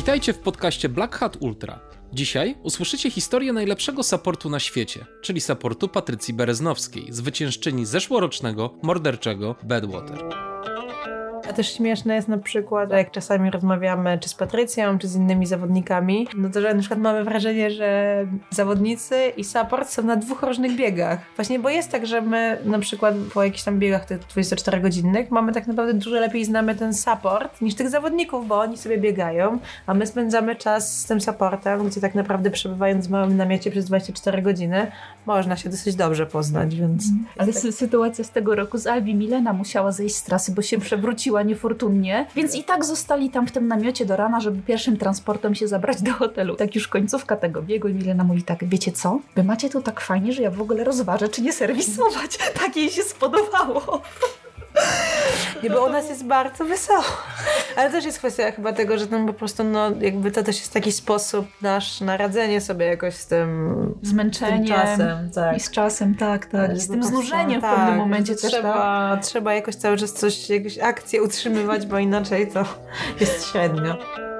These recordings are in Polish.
Witajcie w podcaście Black Hat Ultra. Dzisiaj usłyszycie historię najlepszego supportu na świecie, czyli supportu Patrycji Bereznowskiej, zwyciężczyni zeszłorocznego, morderczego Badwater. A też śmieszne jest na przykład, jak czasami rozmawiamy czy z Patrycją, czy z innymi zawodnikami, no to że na przykład mamy wrażenie, że zawodnicy i support są na dwóch różnych biegach. Właśnie, bo jest tak, że my na przykład po jakichś tam biegach tych 24-godzinnych mamy tak naprawdę dużo lepiej znamy ten support niż tych zawodników, bo oni sobie biegają, a my spędzamy czas z tym supportem, gdzie tak naprawdę przebywając w małym namiocie przez 24 godziny można się dosyć dobrze poznać, więc... Ale sytuacja z tego roku z Albi Milena musiała zejść z trasy, bo się przewróciła niefortunnie, więc i tak zostali tam w tym namiocie do rana, żeby pierwszym transportem się zabrać do hotelu. Tak już końcówka tego biegu i Milena mówi tak, wiecie co? Wy macie tu tak fajnie, że ja w ogóle rozważę, czy nie serwisować. Tak jej się spodobało. Nie, bo u nas jest bardzo wesoło. Ale też jest kwestia chyba tego, że tam po prostu, no jakby to też jest taki sposób na radzenie sobie jakoś z tym zmęczeniem, czasem, tak. I z czasem, tak. I z tym znużeniem w pewnym momencie też. Trzeba jakoś cały czas jakąś akcję utrzymywać, bo inaczej to jest średnio.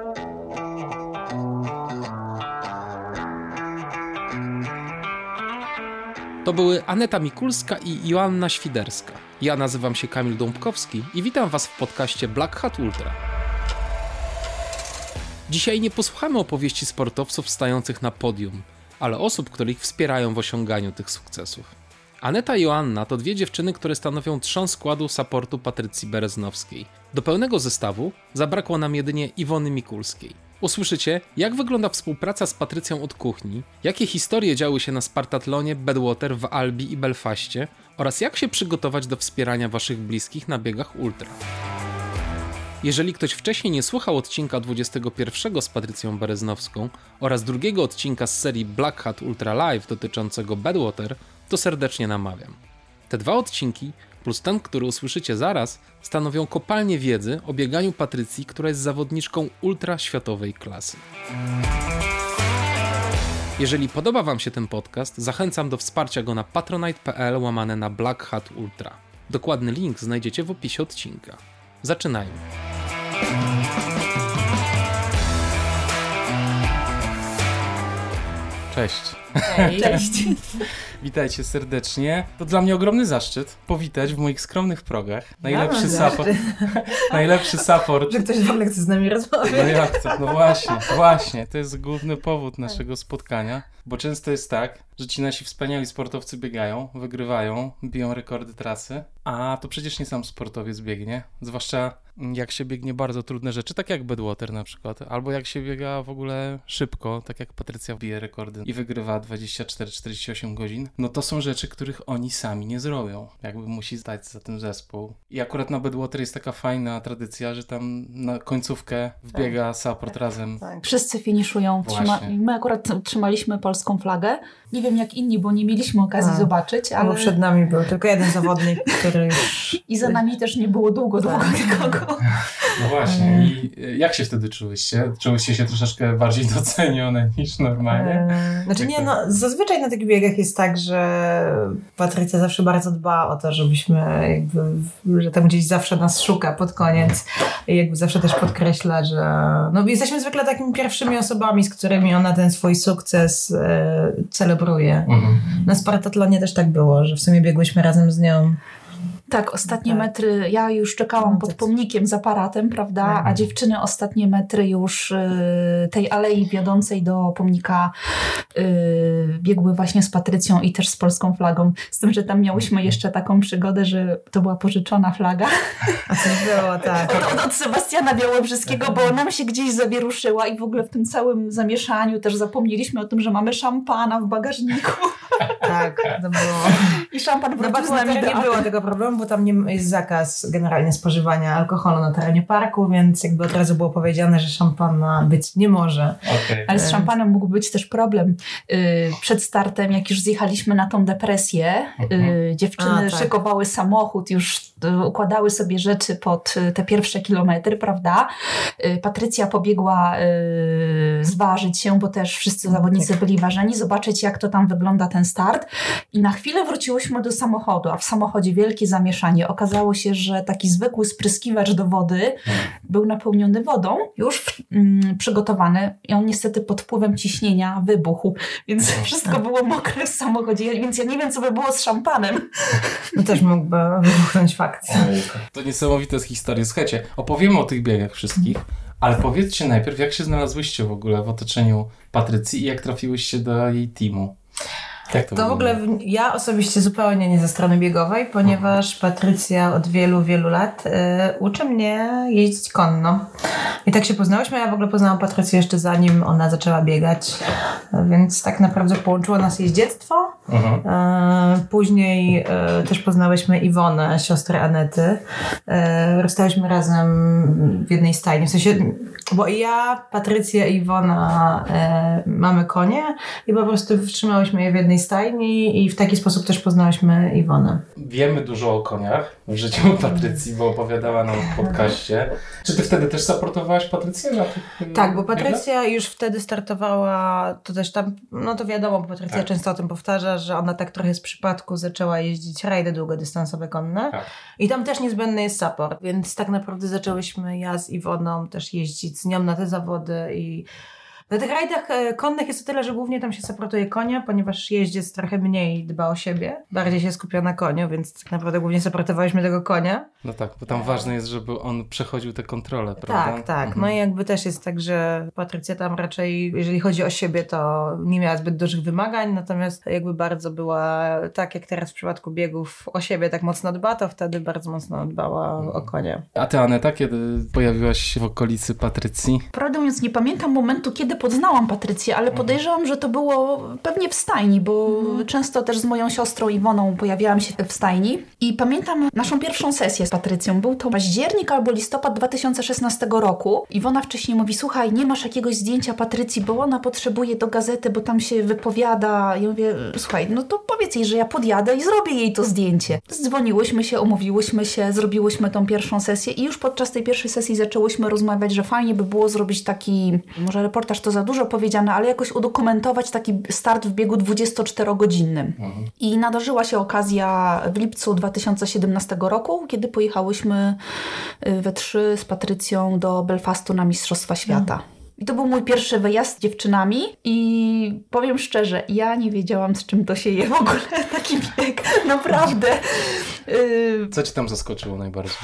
To były Aneta Mikulska i Joanna Świderska. Ja nazywam się Kamil Dąbkowski i witam Was w podcaście Black Hat Ultra. Dzisiaj nie posłuchamy opowieści sportowców stających na podium, ale osób, które ich wspierają w osiąganiu tych sukcesów. Aneta i Joanna to dwie dziewczyny, które stanowią trzon składu supportu Patrycji Bereznowskiej. Do pełnego zestawu zabrakło nam jedynie Iwony Mikulskiej. Usłyszycie, jak wygląda współpraca z Patrycją od kuchni, jakie historie działy się na Spartatlonie, Badwater w Albi i Belfaście oraz jak się przygotować do wspierania Waszych bliskich na biegach ultra. Jeżeli ktoś wcześniej nie słuchał odcinka 21 z Patrycją Bereznowską oraz drugiego odcinka z serii Black Hat Ultra Live dotyczącego Badwater, to serdecznie namawiam. Te dwa odcinki, plus ten, który usłyszycie zaraz, stanowią kopalnię wiedzy o bieganiu Patrycji, która jest zawodniczką ultra światowej klasy. Jeżeli podoba Wam się ten podcast, zachęcam do wsparcia go na patronite.pl/Black Hat Ultra. Dokładny link znajdziecie w opisie odcinka. Zaczynajmy. Cześć. Hej. Cześć. Witajcie serdecznie. To dla mnie ogromny zaszczyt powitać w moich skromnych progach najlepszy support. Najlepszy support. Że ktoś w ogóle chce z nami rozmawiać. No jak to? No właśnie. To jest główny powód naszego spotkania, bo często jest tak, że ci nasi wspaniali sportowcy biegają, wygrywają, biją rekordy trasy, a to przecież nie sam sportowiec biegnie, zwłaszcza jak się biegnie bardzo trudne rzeczy, tak jak Badwater na przykład, albo jak się biega w ogóle szybko, tak jak Patrycja bije rekordy i wygrywa 24-48 godzin, no to są rzeczy, których oni sami nie zrobią. Jakby musi stać za tym zespół. I akurat na Badwater jest taka fajna tradycja, że tam na końcówkę wbiega support razem. Tak. Wszyscy finiszują. My akurat trzymaliśmy polską flagę. Nie wiem jak inni, bo nie mieliśmy okazji zobaczyć, ale... Bo przed nami był tylko jeden zawodnik, który już... I za nami też nie było długo nikogo. No właśnie. I jak się wtedy czułyście? Czułyście się troszeczkę bardziej docenione niż normalnie? Znaczy nie, no zazwyczaj na takich biegach jest tak, że Patrycja zawsze bardzo dba o to, żebyśmy że tam gdzieś zawsze nas szuka pod koniec i jakby zawsze też podkreśla, że no jesteśmy zwykle takimi pierwszymi osobami, z którymi ona ten swój sukces celebruje. Na Spartatlonie też tak było, że w sumie biegłyśmy razem z nią. Tak, ostatnie metry, ja już czekałam pod pomnikiem z aparatem, prawda, a dziewczyny ostatnie metry już tej alei wiodącej do pomnika biegły właśnie z Patrycją i też z polską flagą. Z tym, że tam miałyśmy jeszcze taką przygodę, że to była pożyczona flaga. A coś było, tak. Od Sebastiana Białobrzeskiego, bo ona się gdzieś zawieruszyła i w ogóle w tym całym zamieszaniu też zapomnieliśmy o tym, że mamy szampana w bagażniku. Tak, to było. I szampan wrócił z nami nie było tego problemu, bo tam nie jest zakaz generalnie spożywania alkoholu na terenie parku, więc jakby od razu było powiedziane, że szampana być nie może. Okay. Ale z szampanem mógł być też problem. Przed startem, jak już zjechaliśmy na tą depresję, dziewczyny szykowały samochód, już układały sobie rzeczy pod te pierwsze kilometry, prawda? Patrycja pobiegła zważyć się, bo też wszyscy zawodnicy byli ważeni, zobaczyć jak to tam wygląda ten start. nawet. I na chwilę wróciłyśmy do samochodu, a w samochodzie wielkie zamieszanie. Okazało się, że taki zwykły spryskiwacz do wody był napełniony wodą, już przygotowany i on niestety pod wpływem ciśnienia wybuchł, więc wszystko było mokre w samochodzie, więc ja nie wiem, co by było z szampanem. No też mógłby wybuchnąć fakt. To niesamowite z historii. Słuchajcie, opowiemy o tych biegach wszystkich, ale powiedzcie najpierw, jak się znalazłyście w ogóle w otoczeniu Patrycji i jak trafiłyście do jej teamu? Jak to w ogóle ja osobiście zupełnie nie ze strony biegowej, ponieważ Patrycja od wielu, wielu lat uczy mnie jeździć konno. I tak się poznałyśmy. Ja w ogóle poznałam Patrycję jeszcze zanim ona zaczęła biegać, więc tak naprawdę połączyło nas jeździectwo. Później też poznałyśmy Iwonę, siostrę Anety. Rozstałyśmy razem w jednej stajni. W sensie, bo i ja, Patrycja i Iwona mamy konie i po prostu wtrzymałyśmy je w jednej stajni i w taki sposób też poznałyśmy Iwonę. Wiemy dużo o koniach w życiu Patrycji, bo opowiadała nam w podcaście. Czy ty wtedy też supportowałaś Patrycję na tych Tak, bo Patrycja już wtedy startowała, to też tam, no to wiadomo, bo Patrycja często o tym powtarza, że ona tak trochę z przypadku zaczęła jeździć rajdy długodystansowe konne i tam też niezbędny jest support, więc tak naprawdę zaczęłyśmy ja z Iwoną też jeździć z nią na te zawody i na tych rajdach konnych jest o tyle, że głównie tam się supportuje konia, ponieważ jeździec trochę mniej dba o siebie, bardziej się skupia na koniu, więc tak naprawdę głównie supportowałyśmy tego konia. No tak, bo tam ważne jest, żeby on przechodził te kontrole, prawda? Tak. No i jakby też jest tak, że Patrycja tam raczej, jeżeli chodzi o siebie, to nie miała zbyt dużych wymagań, natomiast jakby bardzo była, tak jak teraz w przypadku biegów, o siebie tak mocno dba, to wtedy bardzo mocno dbała o konia. A ty, Aneta, kiedy pojawiłaś się w okolicy Patrycji? Prawdę mówiąc, nie pamiętam momentu, kiedy poznałam Patrycję, ale podejrzewam, że to było pewnie w stajni, bo często też z moją siostrą Iwoną pojawiałam się w stajni i pamiętam naszą pierwszą sesję z Patrycją. Był to październik albo listopad 2016 roku. Iwona wcześniej mówi, słuchaj, nie masz jakiegoś zdjęcia Patrycji, bo ona potrzebuje do gazety, bo tam się wypowiada. Ja mówię, słuchaj, no to powiedz jej, że ja podjadę i zrobię jej to zdjęcie. Zdzwoniłyśmy się, umówiłyśmy się, zrobiłyśmy tą pierwszą sesję i już podczas tej pierwszej sesji zaczęłyśmy rozmawiać, że fajnie by było zrobić taki, może reportaż to za dużo powiedziane, ale jakoś udokumentować taki start w biegu 24-godzinnym. I nadarzyła się okazja w lipcu 2017 roku, kiedy pojechałyśmy we trzy z Patrycją do Belfastu na Mistrzostwa Świata. I to był mój pierwszy wyjazd z dziewczynami i powiem szczerze, ja nie wiedziałam, z czym to się je w ogóle taki bieg. Naprawdę. Co cię tam zaskoczyło najbardziej?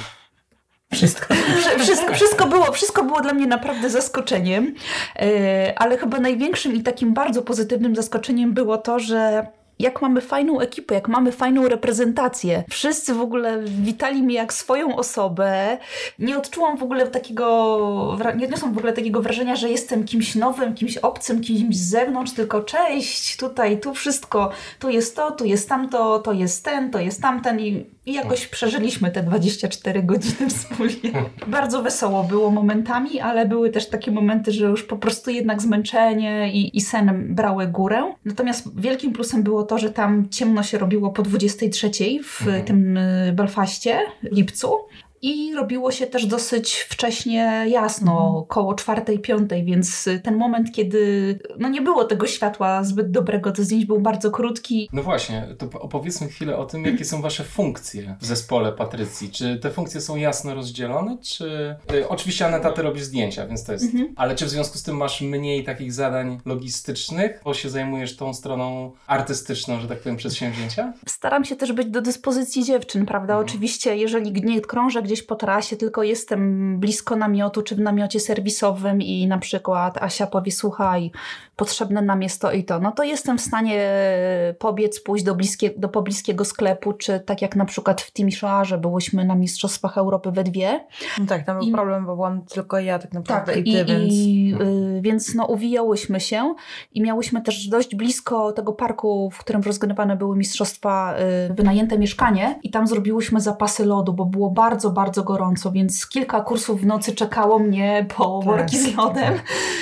Wszystko było dla mnie naprawdę zaskoczeniem, ale chyba największym i takim bardzo pozytywnym zaskoczeniem było to, że jak mamy fajną ekipę, jak mamy fajną reprezentację. Wszyscy w ogóle witali mnie jak swoją osobę. Nie odczułam w ogóle nie odniosłam w ogóle takiego wrażenia, że jestem kimś nowym, kimś obcym, kimś z zewnątrz, tylko cześć, tutaj, tu wszystko, tu jest to, tu jest tamto, to jest ten, to jest tamten i jakoś przeżyliśmy te 24 godziny wspólnie. Bardzo wesoło było momentami, ale były też takie momenty, że już po prostu jednak zmęczenie i sen brały górę. Natomiast wielkim plusem było to, że tam ciemno się robiło po 23 w tym Belfaście w lipcu. I robiło się też dosyć wcześnie jasno, koło 4-5, więc ten moment, kiedy nie było tego światła zbyt dobrego do zdjęć, był bardzo krótki. No właśnie, to opowiedzmy chwilę o tym, jakie są wasze funkcje w zespole Patrycji. Czy te funkcje są jasno rozdzielone, czy... Oczywiście Aneta, ty robisz zdjęcia, więc to jest... Ale czy w związku z tym masz mniej takich zadań logistycznych, bo się zajmujesz tą stroną artystyczną, że tak powiem, przedsięwzięcia? Staram się też być do dyspozycji dziewczyn, prawda? Oczywiście, jeżeli nie krążę gdzieś po trasie, tylko jestem blisko namiotu, czy w namiocie serwisowym i na przykład Asia powie, słuchaj, potrzebne nam jest to i to, no to jestem w stanie pobiec, pójść do pobliskiego sklepu, czy tak jak na przykład w Timisoarze byłyśmy na Mistrzostwach Europy we dwie. No tak, tam był problem, bo byłam tylko ja tak naprawdę tak, i ty, więc uwijałyśmy się i miałyśmy też dość blisko tego parku, w którym rozgrywane były mistrzostwa, wynajęte mieszkanie i tam zrobiłyśmy zapasy lodu, bo było bardzo bardzo gorąco, więc kilka kursów w nocy czekało mnie po worki z lodem.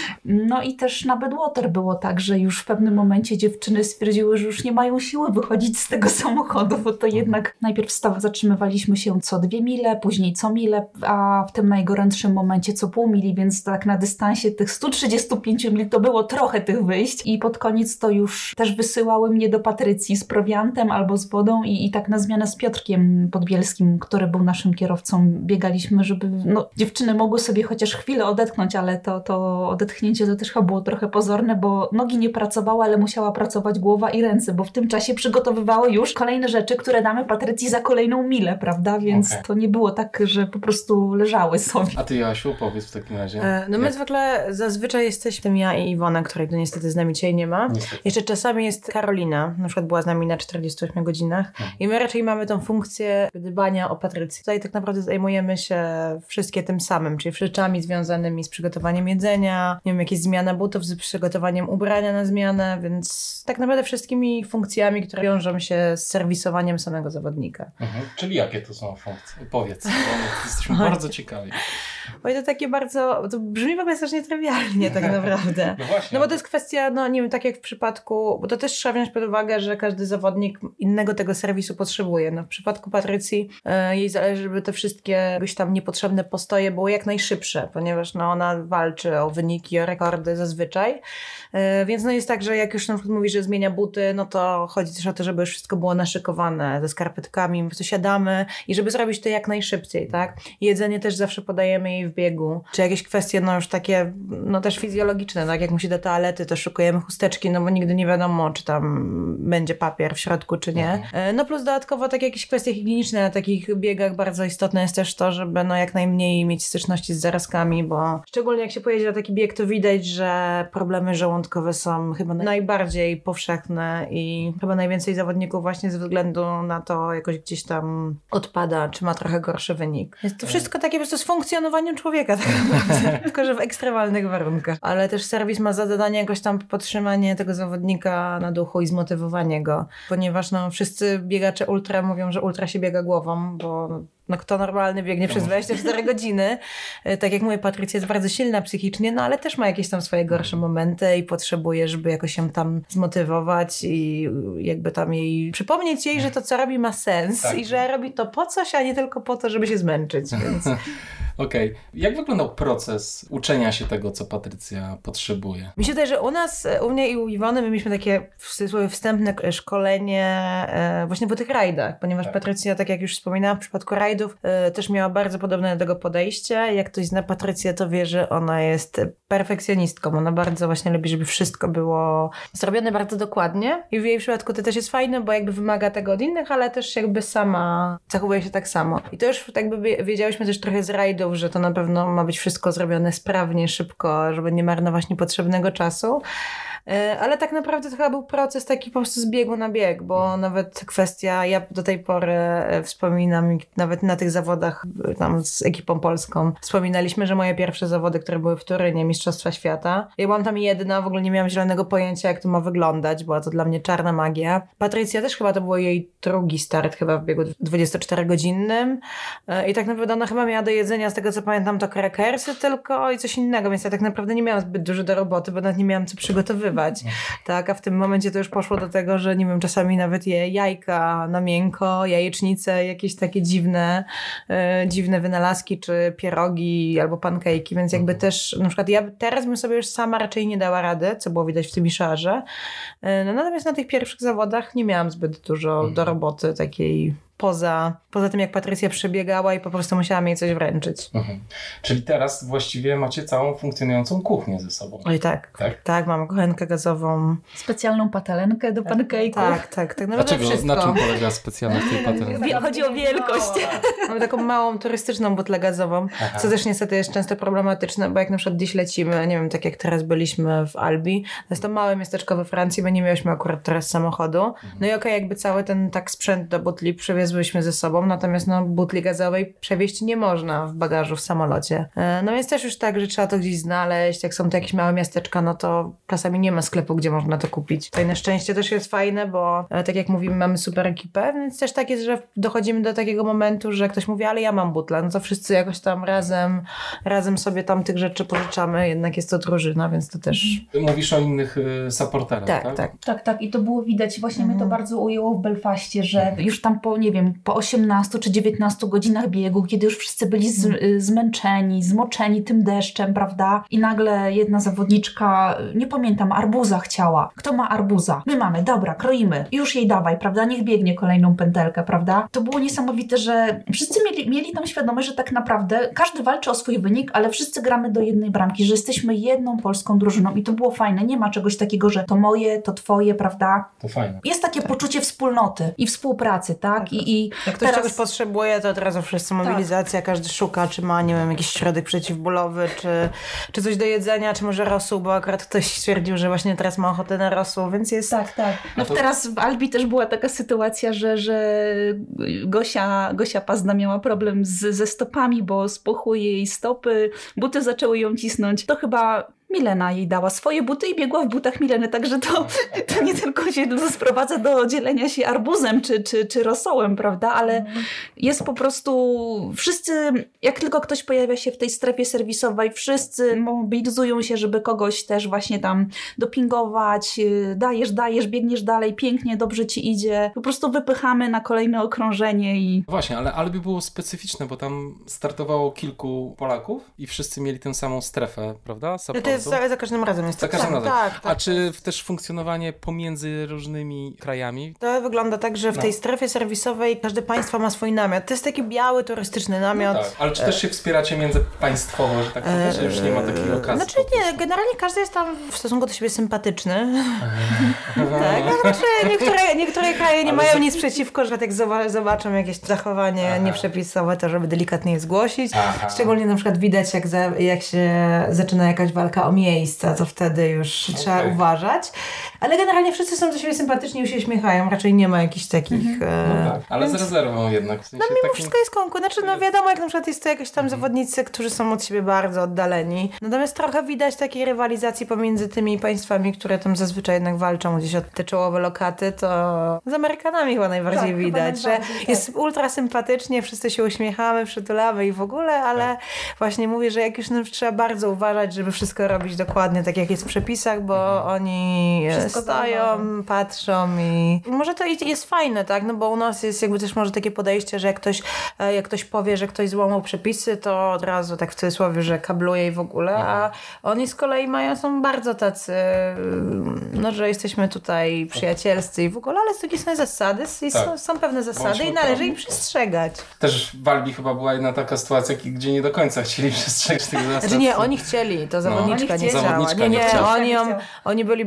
No i też na Badwater było tak, że już w pewnym momencie dziewczyny stwierdziły, że już nie mają siły wychodzić z tego samochodu, bo to jednak najpierw zatrzymywaliśmy się co 2 mile, później co milę, a w tym najgorętszym momencie co pół mili, więc tak na dystansie tych 135 mil to było trochę tych wyjść i pod koniec to już też wysyłały mnie do Patrycji z prowiantem albo z wodą i tak na zmianę z Piotrkiem Podbielskim, który był naszym kierowcą, biegaliśmy, żeby dziewczyny mogły sobie chociaż chwilę odetchnąć, ale to odetchnięcie to też chyba było trochę pozorne, bo nogi nie pracowały, ale musiała pracować głowa i ręce, bo w tym czasie przygotowywały już kolejne rzeczy, które damy Patrycji za kolejną milę, prawda? Więc to nie było tak, że po prostu leżały sobie. A ty, Joasiu, powiedz w takim razie. My zwykle zazwyczaj jesteśmy tym ja i Iwona, której to niestety z nami dzisiaj nie ma. Niestety. Jeszcze czasami jest Karolina, na przykład była z nami na 48 godzinach i my raczej mamy tą funkcję dbania o Patrycję. Tutaj tak naprawdę zajmujemy się wszystkie tym samym, czyli rzeczami związanymi z przygotowaniem jedzenia, nie wiem, jakieś zmiana butów, z przygotowaniem ubrania na zmianę, więc tak naprawdę wszystkimi funkcjami, które wiążą się z serwisowaniem samego zawodnika. Czyli jakie to są funkcje? Powiedz, jesteśmy bardzo ciekawi. Oj, to takie bardzo, to brzmi w ogóle strasznie trywialnie tak naprawdę. No właśnie. No bo to jest kwestia, nie wiem, tak jak w przypadku, bo to też trzeba wziąć pod uwagę, że każdy zawodnik innego tego serwisu potrzebuje. No w przypadku Patrycji jej zależy, żeby te wszystkie jakieś tam niepotrzebne postoje były jak najszybsze, ponieważ ona walczy o wyniki, o rekordy zazwyczaj. Więc jest tak, że jak już na przykład mówi, że zmienia buty, no to chodzi też o to, żeby już wszystko było naszykowane ze skarpetkami, po prostu siadamy i żeby zrobić to jak najszybciej, tak? Jedzenie też zawsze podajemy jej w biegu. Czy jakieś kwestie, już takie, też fizjologiczne, tak? Jak musi do toalety, to szukujemy chusteczki, bo nigdy nie wiadomo, czy tam będzie papier w środku, czy nie. Plus dodatkowo takie jakieś kwestie higieniczne na takich biegach bardzo istotne jest też to, żeby jak najmniej mieć styczności z zarazkami, bo szczególnie jak się pojedzie na taki bieg, to widać, że problemy żołądkowe są chyba najbardziej powszechne i chyba najwięcej zawodników właśnie ze względu na to jakoś gdzieś tam odpada, czy ma trochę gorszy wynik. Jest to wszystko takie po prostu z funkcjonowaniem człowieka, tak naprawdę, tylko że w ekstremalnych warunkach. Ale też serwis ma za zadanie jakoś tam podtrzymanie tego zawodnika na duchu i zmotywowanie go, ponieważ wszyscy biegacze ultra mówią, że ultra się biega głową, bo kto normalny biegnie przez 24 godziny. Tak jak mówię, Patrycja jest bardzo silna psychicznie, ale też ma jakieś tam swoje gorsze momenty i potrzebuje, żeby jakoś się tam zmotywować i jakby tam przypomnieć jej, że to, co robi, ma sens i że robi to po coś, a nie tylko po to, żeby się zmęczyć. Więc... Okej. Jak wyglądał proces uczenia się tego, co Patrycja potrzebuje? Mi się wydaje, że u mnie i u Iwony my mieliśmy takie w cudzysłowie wstępne szkolenie właśnie po tych rajdach, ponieważ Patrycja, tak jak już wspominałam, w przypadku rajdów też miała bardzo podobne do tego podejście. Jak ktoś zna Patrycję, to wie, że ona jest perfekcjonistką. Ona bardzo właśnie lubi, żeby wszystko było zrobione bardzo dokładnie i w jej przypadku to też jest fajne, bo jakby wymaga tego od innych, ale też jakby sama zachowuje się tak samo. I to już jakby wiedziałyśmy też trochę z rajdów, że to na pewno ma być wszystko zrobione sprawnie, szybko, żeby nie marnować niepotrzebnego czasu. Ale tak naprawdę to chyba był proces taki po prostu z biegu na bieg, bo nawet kwestia, ja do tej pory wspominam, nawet na tych zawodach tam z ekipą polską, wspominaliśmy, że moje pierwsze zawody, które były w Turynie, Mistrzostwa Świata, ja byłam tam jedna, w ogóle nie miałam zielonego pojęcia, jak to ma wyglądać, była to dla mnie czarna magia. Patrycja też chyba to był jej drugi start chyba w biegu 24-godzinnym i tak naprawdę ona chyba miała do jedzenia, z tego co pamiętam, to krakersy tylko i coś innego, więc ja tak naprawdę nie miałam zbyt dużo do roboty, bo nawet nie miałam co przygotowywać. Tak, a w tym momencie to już poszło do tego, że nie wiem, czasami nawet je jajka na miękko, jajecznice, jakieś takie dziwne wynalazki, czy pierogi albo pankejki, więc jakby też, na przykład ja teraz bym sobie już sama raczej nie dała rady, co było widać w tym Iszarze. Natomiast na tych pierwszych zawodach nie miałam zbyt dużo do roboty takiej poza tym, jak Patrycja przebiegała i po prostu musiałam jej coś wręczyć. Czyli teraz właściwie macie całą funkcjonującą kuchnię ze sobą. Oj tak, mamy kuchenkę gazową. Specjalną patelenkę do pancake'ów. Tak. Dlaczego? Na czym polega specjalność tej patelenki? Chodzi o wielkość. Mamy taką małą turystyczną butlę gazową, co też niestety jest często problematyczne, bo jak na przykład gdzieś lecimy, nie wiem, tak jak teraz byliśmy w Albi, to jest to małe miasteczko we Francji, bo nie miałyśmy akurat teraz samochodu. No i jakby cały ten sprzęt do butli przywieźć wiozłyśmy ze sobą, natomiast no butli gazowej przewieźć nie można w bagażu w samolocie. No więc też już tak, że trzeba to gdzieś znaleźć, jak są to jakieś małe miasteczka, no to czasami nie ma sklepu, gdzie można to kupić. To i na szczęście też jest fajne, bo tak jak mówimy, mamy super ekipę, więc też tak jest, że dochodzimy do takiego momentu, że ktoś mówi, ale ja mam butle, no to wszyscy jakoś tam razem sobie tam tych rzeczy pożyczamy, jednak jest to drużyna, więc to też... Ty mówisz o innych supporterach, tak? Tak. I to było widać. Właśnie mnie to bardzo ujęło w Belfaście, że już tam po 18 czy 19 godzinach biegu, kiedy już wszyscy byli zmęczeni, zmoczeni tym deszczem, prawda? I nagle jedna zawodniczka, nie pamiętam, arbuza chciała. Kto ma arbuza? My mamy, dobra, kroimy. Już jej dawaj, prawda? Niech biegnie kolejną pętelkę, prawda? To było niesamowite, że wszyscy mieli tam świadomość, że tak naprawdę każdy walczy o swój wynik, ale wszyscy gramy do jednej bramki, że jesteśmy jedną polską drużyną i to było fajne. Nie ma czegoś takiego, że to moje, to twoje, prawda? To fajne. Jest takie poczucie wspólnoty i współpracy, tak? I jak ktoś czegoś potrzebuje, to od razu wszyscy mobilizacja, każdy szuka, czy ma, nie wiem, jakiś środek przeciwbólowy, czy coś do jedzenia, czy może rosół, bo akurat ktoś stwierdził, że właśnie teraz ma ochotę na rosół, więc jest... Tak. No teraz w Albi też była taka sytuacja, że Gosia Pazda miała problem ze stopami, bo spuchły jej stopy, buty zaczęły ją cisnąć. To chyba Milena jej dała swoje buty i biegła w butach Mileny, także to nie tylko się sprowadza do dzielenia się arbuzem czy rosołem, prawda, ale jest po prostu wszyscy, jak tylko ktoś pojawia się w tej strefie serwisowej, wszyscy mobilizują się, żeby kogoś też właśnie tam dopingować, dajesz, biegniesz dalej, pięknie, dobrze ci idzie, po prostu wypychamy na kolejne okrążenie i... Właśnie, ale Albi było specyficzne, bo tam startowało kilku Polaków i wszyscy mieli tę samą strefę, prawda? Za każdym razem jest za każdym razem. Tak. A czy też funkcjonowanie pomiędzy różnymi krajami? To wygląda tak, że w tej strefie serwisowej każde państwo ma swój namiot. To jest taki biały, turystyczny namiot. No tak. Ale czy też się wspieracie międzypaństwowo, że tak powiem, że już nie ma takiej okazji? Znaczy nie, generalnie każdy jest tam w stosunku do siebie sympatyczny. Tak, znaczy niektóre kraje nie mają nic przeciwko, że jak zobaczą jakieś zachowanie nieprzepisowe, to żeby delikatnie je zgłosić. Szczególnie na przykład widać, jak się zaczyna jakaś walka o miejsca, to wtedy już trzeba uważać. Ale generalnie wszyscy są do siebie sympatyczni i się uśmiechają. Raczej nie ma jakichś takich... No tak, ale z rezerwą jednak. W sensie mimo wszystko jest konkurs. Znaczy, no wiadomo, jak na przykład jest to jakieś tam zawodnicy, którzy są od siebie bardzo oddaleni. Natomiast trochę widać takiej rywalizacji pomiędzy tymi państwami, które tam zazwyczaj jednak walczą gdzieś o te czołowe lokaty, to z Amerykanami chyba najbardziej widać, że jest ultra sympatycznie, wszyscy się uśmiechamy, przytulamy i w ogóle, ale właśnie mówię, że jak już trzeba bardzo uważać, żeby wszystko robić dokładnie tak, jak jest w przepisach, bo oni stoją, patrzą i może to jest fajne, tak? No bo u nas jest jakby też może takie podejście, że jak ktoś powie, że ktoś złamał przepisy, to od razu tak w cudzysłowie, że kabluje i w ogóle, a oni z kolei są bardzo tacy, no, że jesteśmy tutaj przyjacielscy i w ogóle, ale z drugiej strony zasady, są pewne zasady i należy ich przestrzegać. Też w Albi chyba była jedna taka sytuacja, gdzie nie do końca chcieli przestrzegać tych zasad. Znaczy nie, oni chcieli, to zawodniczka nie chciała. Oni byli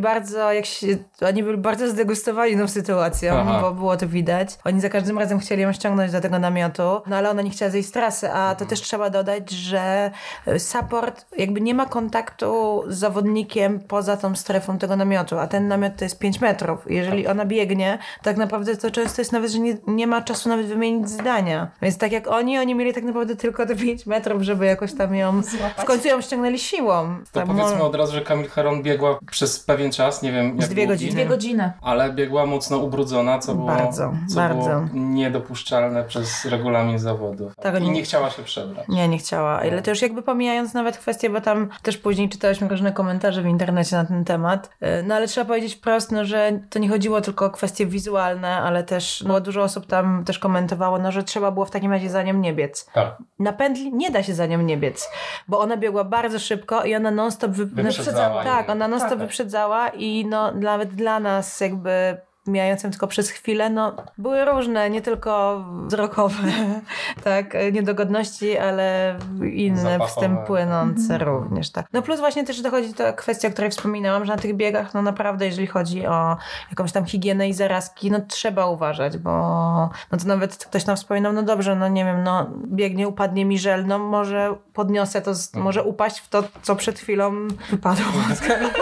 bardzo zdegustowani tą sytuacją, bo było to widać. Oni za każdym razem chcieli ją ściągnąć do tego namiotu, no ale ona nie chciała zejść z trasy, a to też trzeba dodać, że support jakby nie ma kontaktu z zawodnikiem poza tą strefą tego namiotu, a ten namiot to jest 5 metrów. Jeżeli ona biegnie, tak naprawdę to często jest nawet, że nie ma czasu nawet wymienić zdania. Więc tak jak oni mieli tak naprawdę tylko te 5 metrów, żeby jakoś tam ją złapać. W końcu ją ściągnęli siłą. To tak, powiedzmy od razu, że Camille Herron biegła przez pewien czas, nie wiem... Z 2 godziny. 2 godziny. Ale biegła mocno ubrudzona, co było bardzo niedopuszczalne przez regulamin zawodu. Tak, i nie chciała się przebrać. Nie chciała. Ale to już jakby pomijając nawet kwestię, bo tam też później czytałyśmy różne komentarze w internecie na ten temat. No ale trzeba powiedzieć wprost, no, że to nie chodziło tylko o kwestie wizualne, ale też dużo osób tam też komentowało, no, że trzeba było w takim razie za nią nie biec. Tak. Na pętli nie da się za nią nie biec, bo ona biegła bardzo szybko i ona non-stop wyprzedzała. Tak, ona non-stop wyprzedzała i no nawet dla nas jakby mijającym tylko przez chwilę, no były różne, nie tylko wzrokowe, tak, niedogodności, ale inne zapachowe. w tym płynące również, tak. No plus właśnie też dochodzi ta kwestia, o której wspominałam, że na tych biegach, no naprawdę, jeżeli chodzi o jakąś tam higienę i zarazki, no trzeba uważać, bo no to nawet ktoś tam wspominał, no dobrze, no nie wiem, no biegnie, upadnie mi żel, no może podniosę to, może upaść w to, co przed chwilą wypadło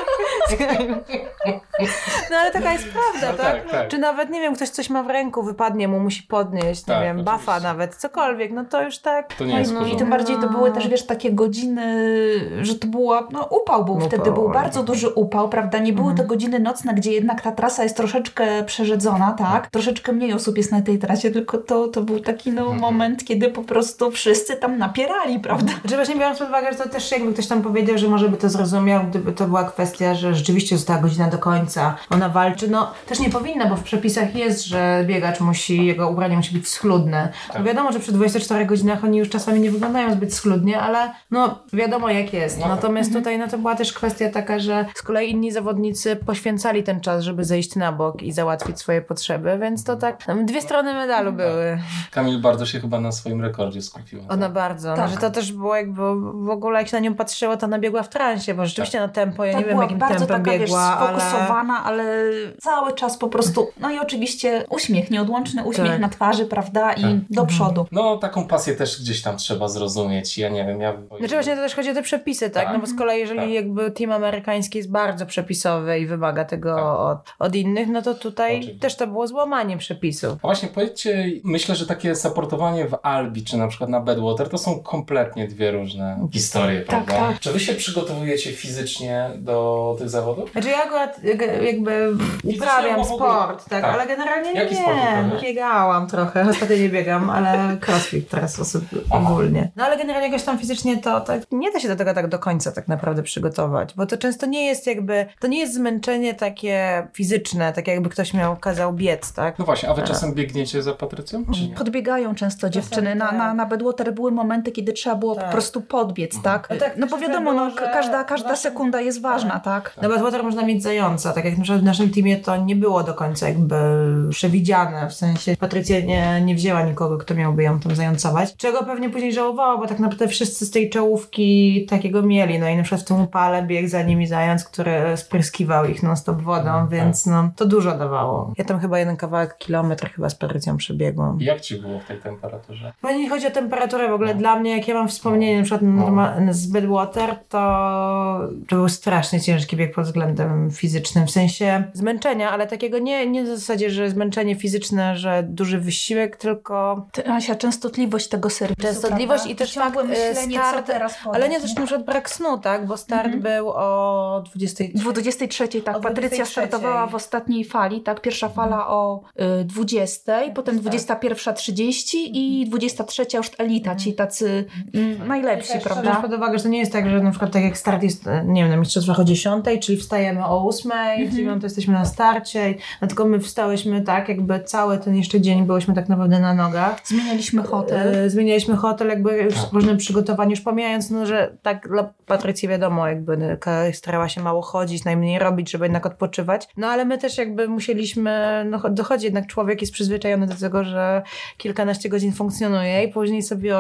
No ale taka jest prawda, tak? Czy nawet, nie wiem, ktoś coś ma w ręku, wypadnie mu, musi podnieść, nie wiem, buffa nawet, cokolwiek, no to już tak. To nie jest I tym bardziej to były też, wiesz, takie godziny, że to była, upał był wtedy, był bardzo duży upał, prawda? Nie były to godziny nocne, gdzie jednak ta trasa jest troszeczkę przerzedzona, tak? Troszeczkę mniej osób jest na tej trasie, tylko to był taki moment, kiedy po prostu wszyscy tam napierali, prawda? Znaczy właśnie biorąc pod uwagę, że to też jakby ktoś tam powiedział, że może by to zrozumiał, gdyby to była kwestia, że rzeczywiście została godzina do końca, ona walczy, no też nie powinna, bo w przepisach jest, że biegacz jego ubranie musi być schludne. No wiadomo, że przy 24 godzinach oni już czasami nie wyglądają zbyt schludnie, ale no wiadomo jak jest. Natomiast tutaj to była też kwestia taka, że z kolei inni zawodnicy poświęcali ten czas, żeby zejść na bok i załatwić swoje potrzeby, więc to tak, dwie strony medalu były. Kamil bardzo się chyba na swoim rekordzie skupiła. Ona bardzo, że to też było jakby w ogóle jak się na nią patrzyło, to ona biegła w transie, bo rzeczywiście na tempo, ja nie wiem jakim tempem taka, biegła, sfokusowana, ale cały czas po prostu, no i oczywiście uśmiech, nieodłączny uśmiech na twarzy, prawda, i do przodu. No taką pasję też gdzieś tam trzeba zrozumieć, ja nie wiem, Znaczy właśnie to też chodzi o te przepisy, tak? No bo z kolei jeżeli jakby team amerykański jest bardzo przepisowy i wymaga tego od innych, no to tutaj też to było złamanie przepisów. A właśnie powiedzcie, myślę, że takie supportowanie w Albi, czy na przykład na Badwater, to są kompletnie dwie różne historie, prawda? Tak. Czy wy się przygotowujecie fizycznie do tych zawodów? Znaczy ja akurat jakby uprawiam sport, tak, ale generalnie Jaki sport uprawiasz? Biegałam trochę, ostatnio nie biegam, ale crossfit teraz ogólnie. No ale generalnie jakoś tam fizycznie to tak nie da się do tego tak do końca tak naprawdę przygotować, bo to często nie jest to nie jest zmęczenie takie fizyczne, tak jakby ktoś kazał biec, tak? No właśnie, a wy czasem biegniecie za Patrycją, czy nie? Podbiegają często dziewczyny. Na Badwater były momenty, kiedy trzeba było po prostu podbiec, tak? No bo wiadomo, każda sekunda jest ważna, tak? Na Badwater można mieć zająca, tak jak na przykład w naszym teamie to nie było do końca jakby przewidziane, w sensie Patrycja nie wzięła nikogo, kto miałby ją tam zającować, czego pewnie później żałowała, bo tak naprawdę wszyscy z tej czołówki takiego mieli, no i na przykład w tym upale biegł za nimi zając, który spryskiwał ich non-stop wodą, więc to dużo dawało. Ja tam chyba kilometr z Patrycją przebiegłam. I jak ci było w tej temperaturze? Bo nie chodzi o temperaturę w ogóle, dla mnie, jak ja mam wspomnienie na przykład z Badwater, to był strasznie ciężki bieg pod względem fizycznym, w sensie zmęczenia, ale takiego nie w zasadzie, że zmęczenie fizyczne, że duży wysiłek, tylko... Asia, częstotliwość tego serwisu, częstotliwość i też fakt start, teraz ale nie też na przykład brak snu, tak, bo start był o 23, tak. O Patrycja 23. startowała w ostatniej fali, tak, pierwsza fala o 20, potem 21:30 i 23 już elita, ci tacy najlepsi, prawda? Weź pod uwagę, że to nie jest tak, że na przykład tak jak start jest, nie wiem, na mistrzostwach o 10, czyli wstajemy o 8, 9 jesteśmy na starcie, no tylko my wstałyśmy tak, jakby cały ten jeszcze dzień byłyśmy tak naprawdę na nogach. Zmienialiśmy hotel, jakby już różne przygotowania, już pomijając, że tak dla Patrycji wiadomo, jakby starała się mało chodzić, najmniej robić, żeby jednak odpoczywać, no ale my też jakby musieliśmy, dochodzi jednak człowiek jest przyzwyczajony do tego, że kilkanaście godzin funkcjonuje i później sobie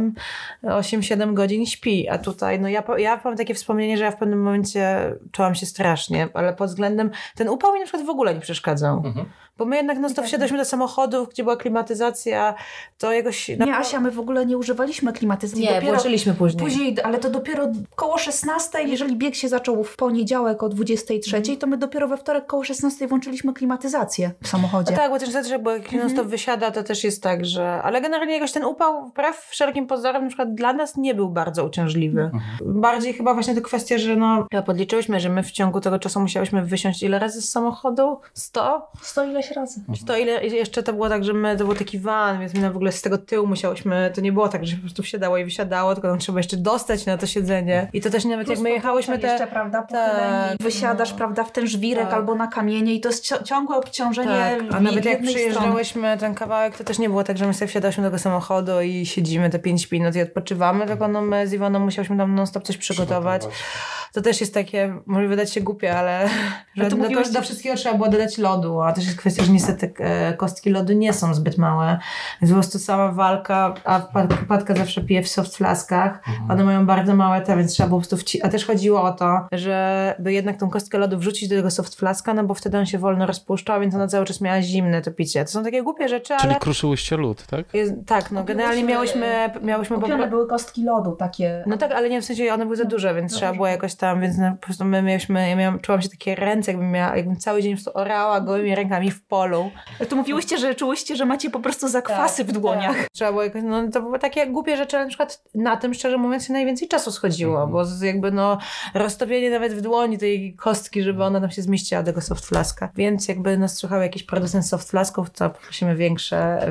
8-7 godzin śpi, a tutaj, ja mam takie wspomnienie, że ja w pewnym momencie czułam się strasznie, ale pod względem, ten upał mi na przykład w ogóle nie przeszkadzał. Bo my jednak non-stop wsiadaliśmy do samochodów, gdzie była klimatyzacja, to jakoś... Nie, Asia, my w ogóle nie używaliśmy klimatyzacji. Nie, włączyliśmy później. Ale to dopiero koło 16, jeżeli bieg się zaczął w poniedziałek o 23, to my dopiero we wtorek koło 16 włączyliśmy klimatyzację w samochodzie. No tak, bo też bo jak non-stop wysiada, to też jest tak, że... Ale generalnie jakoś ten upał, wbrew wszelkim pozorom, na przykład dla nas nie był bardzo uciążliwy. Bardziej chyba właśnie to kwestia, że chyba podliczyłyśmy, że my w ciągu tego czasu musiałyśmy wysiąść ile razy z samochodu? 100 ileś razy. To ile jeszcze to było tak, że to był taki van, więc my w ogóle z tego tyłu musiałyśmy, to nie było tak, że się po prostu wsiadało i wysiadało, tylko nam trzeba jeszcze dostać na to siedzenie. I to też nawet jak my jechałyśmy jeszcze, prawda, wysiadasz, prawda, w ten żwirek albo na kamienie i to jest ciągłe obciążenie. Tak. A nawet jak przyjeżdżałyśmy ten kawałek, to też nie było tak, że my sobie wsiadałyśmy do tego samochodu i siedzimy te 5 minut i odpoczywamy, tylko my z Iwoną musiałyśmy tam non-stop coś przygotować. To też jest takie, może wydać się głupie, ale że do wszystkiego trzeba było dodać lodu, a też jest kwestia kwestia, że niestety kostki lodu nie są zbyt małe, więc po prostu sama walka, a Patka zawsze pije w soft flaskach, one mają bardzo małe te, więc trzeba było po prostu a też chodziło o to, żeby jednak tą kostkę lodu wrzucić do tego soft flaska, no bo wtedy on się wolno rozpuszczał, więc ona cały czas miała zimne to picie. To są takie głupie rzeczy, ale... Czyli kruszyłyście lód, tak? Tak, no generalnie miałyśmy kupione były kostki lodu takie. No tak, ale nie w sensie one były za duże, więc trzeba było jakoś tam, więc po prostu czułam się takie ręce, jakbym cały dzień po prostu orała gołymi rękami w polu. To mówiłyście, że czułyście, że macie po prostu zakwasy w dłoniach. Tak. Trzeba było jakoś, no to były takie głupie rzeczy, ale na przykład na tym, szczerze mówiąc, się najwięcej czasu schodziło, bo jakby roztopienie nawet w dłoni tej kostki, żeby ona tam się zmieściła do tego soft flaska. Więc jakby nas słuchał jakiś producent soft flasków, to poprosimy większe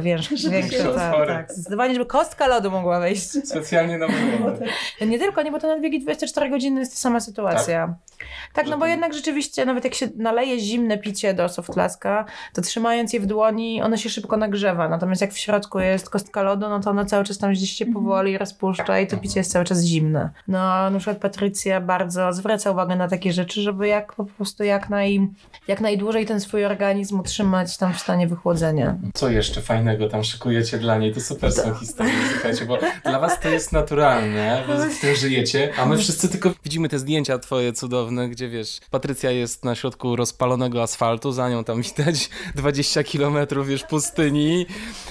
tak. Zdecydowanie, żeby kostka lodu mogła wejść. Specjalnie na wygląd. Nie tylko, bo to na biegi 24 godziny jest ta sama sytuacja. Tak, no bo jednak rzeczywiście, nawet jak się naleje zimne picie do soft flaska, to trzymając je w dłoni, ono się szybko nagrzewa. Natomiast jak w środku jest kostka lodu, no to ona cały czas tam gdzieś się powoli rozpuszcza i to picie jest cały czas zimne. No, na przykład Patrycja bardzo zwraca uwagę na takie rzeczy, żeby po prostu jak najdłużej ten swój organizm utrzymać tam w stanie wychłodzenia. Co jeszcze fajnego tam szykujecie dla niej? To super są historie, słuchajcie, bo dla was to jest naturalne, wy w tym żyjecie, a my wszyscy tylko widzimy te zdjęcia twoje cudowne, gdzie wiesz, Patrycja jest na środku rozpalonego asfaltu, za nią tam widać 20 kilometrów, wiesz, pustyni,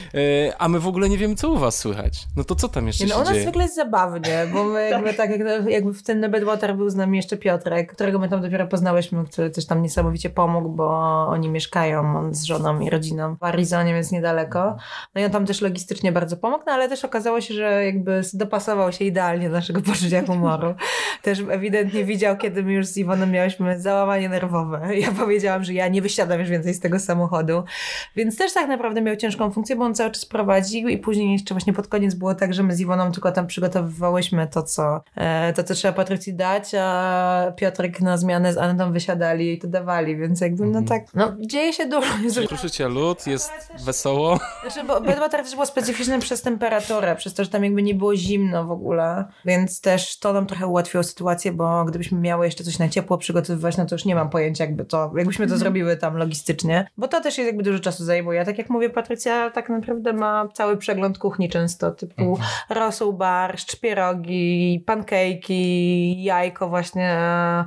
a my w ogóle nie wiemy, co u was słychać. No to co tam jeszcze się dzieje? U nas zwykle jest zabawnie, bo my jakby w tym Bedwater był z nami jeszcze Piotrek, którego my tam dopiero poznałyśmy, który też tam niesamowicie pomógł, bo oni mieszkają, on z żoną i rodziną w Arizonie, więc niedaleko. No i on tam też logistycznie bardzo pomógł, no ale też okazało się, że jakby dopasował się idealnie do naszego poczucia humoru. Też ewidentnie widział, kiedy my już z Iwoną miałyśmy załamanie nerwowe. Ja powiedziałam, że ja nie wysiadam już więcej z tego samochodu. Więc też tak naprawdę miał ciężką funkcję, bo on cały czas prowadził i później jeszcze właśnie pod koniec było tak, że my z Iwoną tylko tam przygotowywałyśmy to, co trzeba Patrycji dać, a Piotrek na zmianę z Anetą wysiadali i to dawali, więc jakby dzieje się dużo. Kruszycie lód, jest wesoło. Znaczy, bo Bedwater też było specyficzne przez temperaturę, przez to, że tam jakby nie było zimno w ogóle, więc też to nam trochę ułatwiło sytuację, bo gdybyśmy miały jeszcze coś na ciepło przygotowywać, no to już nie mam pojęcia jakbyśmy to zrobiły tam logistycznie, bo to też jest jakby dużo czasu zajmuje. Tak jak mówię, Patrycja tak naprawdę ma cały przegląd kuchni często, typu rosół, barszcz, pierogi, pankejki, jajko właśnie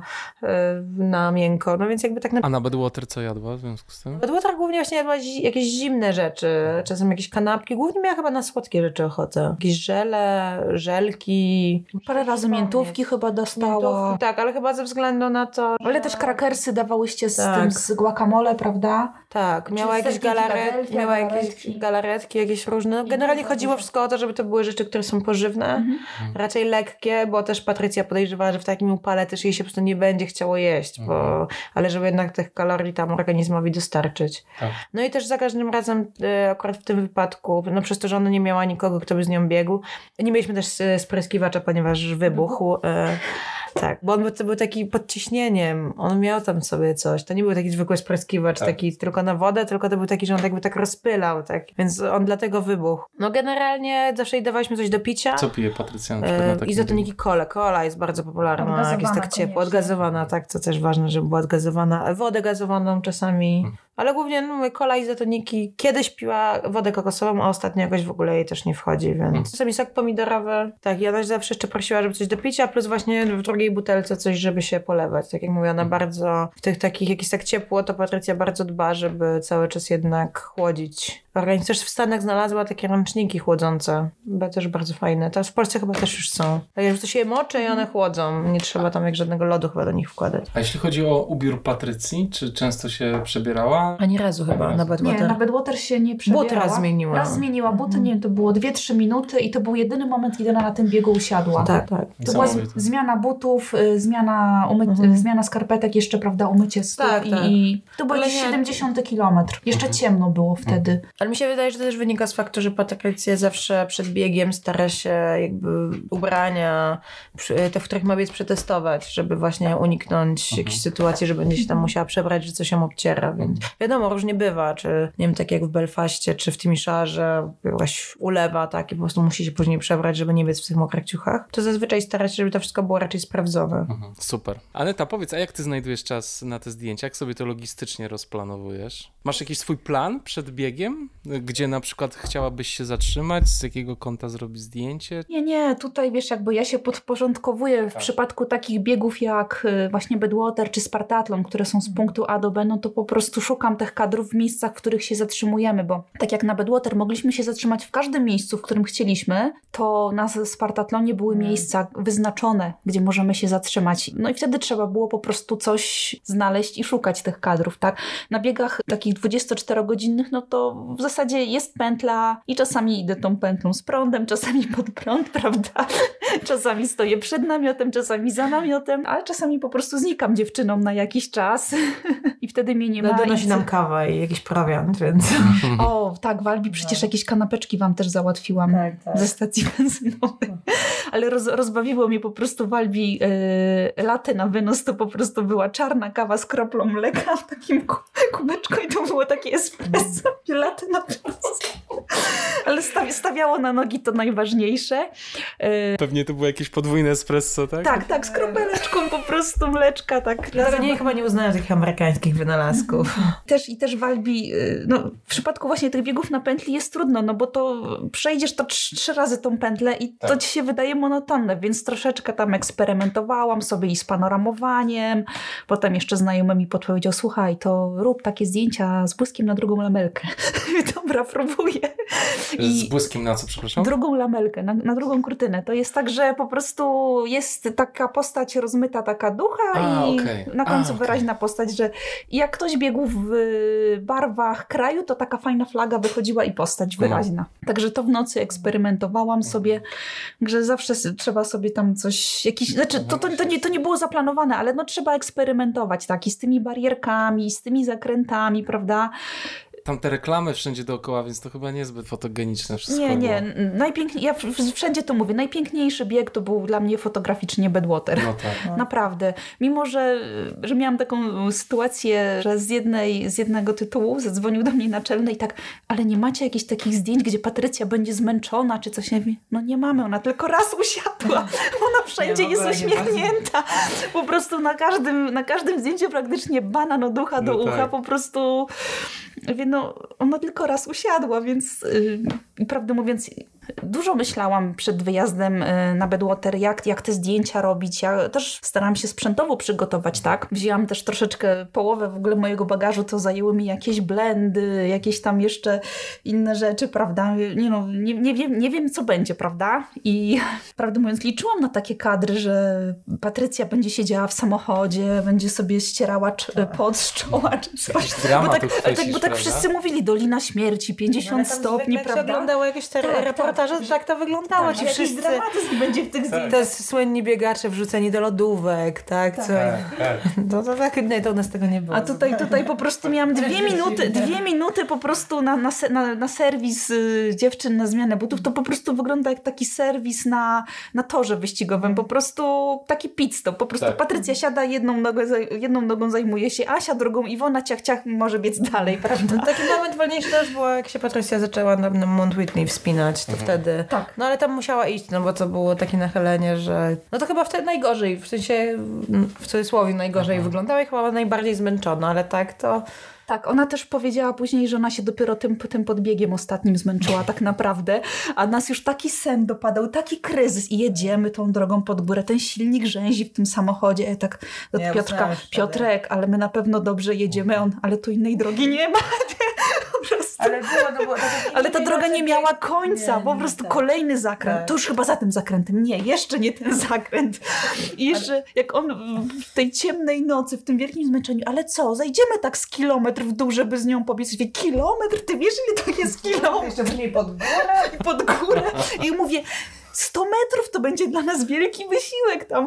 na miękko, no więc jakby tak naprawdę... A na Bedwater co jadła w związku z tym? Bedwater głównie właśnie jadła jakieś zimne rzeczy, czasem jakieś kanapki, głównie miała chyba na słodkie rzeczy ochotę. Jakieś żelki. Parę razy miętówki chyba dostała. Tak, ale chyba ze względu na to... Ale też krakersy dawałyście z guacamole, prawda? Tak, miała jakieś galaretki, jakieś różne. Generalnie chodziło wszystko o to, żeby to były rzeczy, które są pożywne, raczej lekkie, bo też Patrycja podejrzewała, że w takim upale też jej się po prostu nie będzie chciało jeść, ale żeby jednak tych kalorii tam organizmowi dostarczyć. Tak. No i też za każdym razem, akurat w tym wypadku, no przez to, że ona nie miała nikogo, kto by z nią biegł, nie mieliśmy też spryskiwacza, ponieważ wybuchł. Tak, bo on był taki pod ciśnieniem, on miał tam sobie coś, to nie był taki zwykły spryskiwacz, taki tylko na wodę, tylko to był taki, że on jakby tak rozpylał, tak, więc on dlatego wybuchł. No generalnie zawsze jej dawaliśmy coś do picia. Co pije Patrycja na przykład na takim izotoniki cola jest bardzo popularna, jak jest tak ciepło, odgazowana, tak, to też ważne, żeby była odgazowana, wodę gazowaną czasami, ale głównie cola, izotoniki, kiedyś piła wodę kokosową, a ostatnio jakoś w ogóle jej też nie wchodzi, więc czasami sok pomidorowy, tak, ja też zawsze jeszcze prosiła, żeby coś do picia, plus właśnie w drugiej butelce coś, żeby się polewać, tak jak mówię, ona bardzo, w tych takich, jak jest tak ciepło, to Patrycja bardzo dba, żeby cały czas jednak chłodzić organizm. Też w Stanach znalazła takie ręczniki chłodzące, też bardzo fajne, teraz w Polsce chyba też już są, tak jak to się je moczy i one chłodzą, nie trzeba tam jak żadnego lodu chyba do nich wkładać. A jeśli chodzi o ubiór Patrycji, czy często się przebierała? Ani razu chyba na Bedwater. Nie, na Bedwater się nie przebierała. But raz zmieniła. Raz zmieniła buty, nie wiem, to było 2-3 minuty i to był jedyny moment, kiedy ona na tym biegu usiadła. Tak. To była zmiana butów, zmiana skarpetek, jeszcze, prawda, umycie stóp i to był jakiś 70 kilometr. Jeszcze ciemno było wtedy. Ale mi się wydaje, że to też wynika z faktu, że Patrycja zawsze przed biegiem stara się jakby ubrania, te, w których ma biec, przetestować, żeby właśnie uniknąć jakiejś sytuacji, że będzie się tam musiała przebrać, że coś ją obciera, więc wiadomo, różnie bywa, czy nie wiem, tak jak w Belfaście, czy w Timișoarze, jakaś ulewa, tak, i po prostu musi się później przebrać, żeby nie biec w tych mokrych ciuchach. To zazwyczaj stara się, żeby to wszystko było raczej sprawdzone. Super. Aneta, powiedz, a jak ty znajdujesz czas na te zdjęcia? Jak sobie to logistycznie rozplanowujesz? Masz jakiś swój plan przed biegiem? Gdzie na przykład chciałabyś się zatrzymać? Z jakiego kąta zrobić zdjęcie? Nie, tutaj wiesz, jakby ja się podporządkowuję w przypadku takich biegów jak właśnie Badwater czy Spartathlon, które są z punktu A do B, no to po prostu szukam tych kadrów w miejscach, w których się zatrzymujemy, bo tak jak na Badwater mogliśmy się zatrzymać w każdym miejscu, w którym chcieliśmy, to na Spartathlonie były miejsca wyznaczone, gdzie możemy się zatrzymać. No i wtedy trzeba było po prostu coś znaleźć i szukać tych kadrów, tak? Na biegach takich 24-godzinnych, no to w zasadzie jest pętla i czasami idę tą pętlą z prądem, czasami pod prąd, prawda? Czasami stoję przed namiotem, czasami za namiotem, ale czasami po prostu znikam dziewczynom na jakiś czas i wtedy mnie nie ma. Donosi nam kawa i jakiś prowiant, więc... O, tak, w Albi przecież jakieś kanapeczki wam też załatwiłam ze stacji benzynowej. Ale rozbawiło mnie po prostu w Albi latte na wynos, to po prostu była czarna kawa z kroplą mleka w takim kubeczku i to było takie espresso, latte na wynos. Ale stawiało na nogi to najważniejsze. Pewnie to było jakieś podwójne espresso, tak? Tak, z kropeleczką po prostu mleczka. Tak. Dlatego chyba nie uznają takich amerykańskich wynalazków. Też w Albi, no, w przypadku właśnie tych biegów na pętli jest trudno, no bo to przejdziesz to 3 razy tą pętlę i to ci się wydaje monotonne, więc troszeczkę tam eksperymentowałam sobie i z panoramowaniem. Potem jeszcze znajomy mi podpowiedział, słuchaj, to rób takie zdjęcia z błyskiem na drugą lamelkę. Dobra, próbuję. Z błyskiem na co, przepraszam? Drugą lamelkę, na drugą kurtynę. To jest tak, że po prostu jest taka postać rozmyta, taka ducha i na końcu wyraźna postać, że jak ktoś biegł w barwach kraju, to taka fajna flaga wychodziła i postać wyraźna. Także to w nocy eksperymentowałam sobie, że zawsze trzeba sobie tam coś, znaczy to nie było zaplanowane, ale no trzeba eksperymentować, tak, i z tymi barierkami, z tymi zakrętami, prawda? Tam te reklamy wszędzie dookoła, więc to chyba niezbyt fotogeniczne wszystko. Nie. Ja wszędzie to mówię. Najpiękniejszy bieg to był dla mnie fotograficznie Badwater. No tak. Naprawdę. Mimo, że miałam taką sytuację, że z jednego tytułu zadzwonił do mnie naczelny i tak, ale nie macie jakichś takich zdjęć, gdzie Patrycja będzie zmęczona, czy coś? No nie mamy, ona tylko raz usiadła. Ona wszędzie jest uśmiechnięta. Po prostu na każdym zdjęciu praktycznie banan od ucha do ucha, po prostu... No, ona tylko raz usiadła, więc prawdę mówiąc, dużo myślałam przed wyjazdem na Badwater, jak te zdjęcia robić. Ja też starałam się sprzętowo przygotować, tak? Wzięłam też troszeczkę, połowę w ogóle mojego bagażu, to zajęły mi jakieś blendy, jakieś tam jeszcze inne rzeczy, prawda? Nie wiem, co będzie, prawda? I prawdę mówiąc, liczyłam na takie kadry, że Patrycja będzie siedziała w samochodzie, będzie sobie ścierała pot z czoła, czy coś. Bo tak wszyscy mówili, Dolina Śmierci, 50 stopni, prawda? Jak się oglądało jakieś reportaże, to tak to wyglądało. Ci wszyscy dramatyzm będzie w tych zdjęciach. To jest słynni biegacze wrzuceni do lodówek, tak? To tak, nie, to u nas tego nie było. A tutaj po prostu miałam 2 minuty po prostu na serwis dziewczyn na zmianę butów. To po prostu wygląda jak taki serwis na torze wyścigowym. Po prostu taki pit stop. Po prostu Patrycja siada, jedną nogą zajmuje się Asia, drugą Iwona, ciach, może biec dalej, prawda? No, taki moment wolniejszy też było, jak się Patrycja zaczęła na Mount Whitney wspinać, to wtedy. Tak. No ale tam musiała iść, no bo to było takie nachylenie, że... No to chyba wtedy najgorzej, w sensie w cudzysłowie najgorzej wyglądała i chyba najbardziej zmęczona, ale tak to... Tak, ona też powiedziała później, że ona się dopiero tym podbiegiem ostatnim zmęczyła tak naprawdę, a nas już taki sen dopadał, taki kryzys i jedziemy tą drogą pod górę, ten silnik rzęzi w tym samochodzie, tak do Piotrek, ale my na pewno dobrze jedziemy, ale tu innej drogi nie ma. Ale ta droga nie miała końca, po prostu kolejny zakręt. Tak. To już chyba za tym zakrętem. Nie, jeszcze nie ten zakręt. I jeszcze jak on w tej ciemnej nocy, w tym wielkim zmęczeniu, ale co, zajdziemy tak z kilometr w dół, żeby z nią pobiec. Kilometr? Ty wiesz, ile to jest kilometr? Jeszcze później pod górę. Pod górę. I mówię, 100 metrów to będzie dla nas wielki wysiłek tam.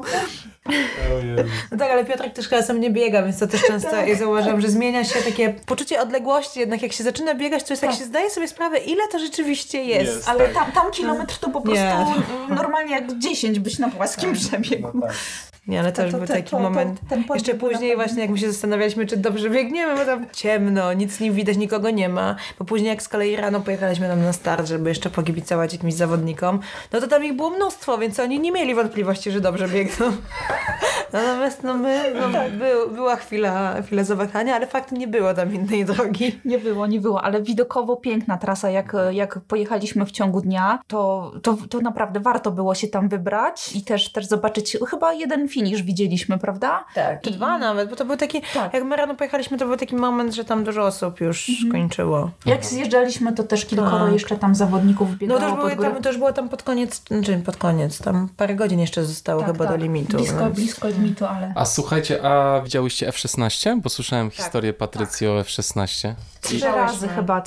No tak, ale Piotrek też chyba sam nie biega, więc to też często ja zauważam, że zmienia się takie poczucie odległości, jednak jak się zaczyna biegać, to jest jak się zdaje sobie sprawę, ile to rzeczywiście jest. Ale tam kilometr to po prostu normalnie jak 10 byś na płaskim przebiegu. No tak. Nie, ale to już był taki moment. Jeszcze później właśnie jak my się zastanawialiśmy, czy dobrze biegniemy, bo tam ciemno, nic nie widać, nikogo nie ma. Bo później jak z kolei rano pojechaliśmy tam na start, żeby jeszcze pokibicować jakimś zawodnikom, no to tam ich było mnóstwo, więc oni nie mieli wątpliwości, że dobrze biegną. Natomiast była chwila zawahania, ale fakt nie było tam innej drogi. Nie było, ale widokowo piękna trasa. Jak pojechaliśmy w ciągu dnia, to naprawdę warto było się tam wybrać i też zobaczyć. Chyba jeden finisz widzieliśmy, prawda? Tak. Czy dwa nawet, bo to był taki, jak my rano pojechaliśmy, to był taki moment, że tam dużo osób już kończyło. Jak zjeżdżaliśmy, to też kilkoro jeszcze tam zawodników biegało to już było tam pod koniec, tam parę godzin jeszcze zostało chyba do limitu. Blisko limitu, ale... A słuchajcie, a widziałyście F16? Bo słyszałem historię Patrycji o F16. Trzy razy chyba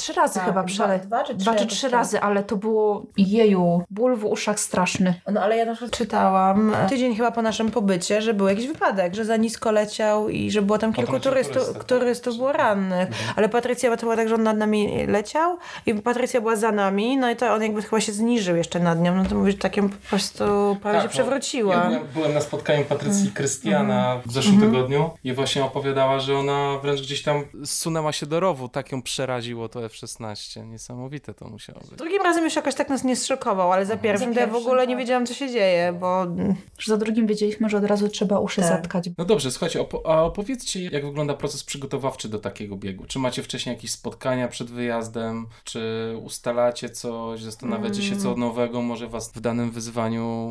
dwa czy trzy razy, ale to było ból w uszach straszny. No ale ja na przykład czytałam tydzień chyba po naszym pobycie, że był jakiś wypadek, że za nisko leciał i że było tam kilku turystów było rannych. Ale Patrycja, bo to było tak, że on nad nami leciał i Patrycja była za nami, no i to on jakby chyba się zniżył jeszcze nad nią, no to mówisz, takim po prostu prawie się przewróciła. Ja byłem na spotkaniu Patrycji i Krystiana w zeszłym tygodniu i właśnie opowiadała, że ona wręcz gdzieś tam Zsunęła się do rowu, tak ją przeraziło to F16. Niesamowite to musiało być. Drugim razem już jakoś tak nas nie zszokował, ale za pierwszym to ja w ogóle nie wiedziałam, co się dzieje, bo... Za drugim wiedzieliśmy, że od razu trzeba uszy zatkać. No dobrze, słuchajcie, a opowiedzcie, jak wygląda proces przygotowawczy do takiego biegu. Czy macie wcześniej jakieś spotkania przed wyjazdem? Czy ustalacie coś? Zastanawiacie się, co nowego może was w danym wyzwaniu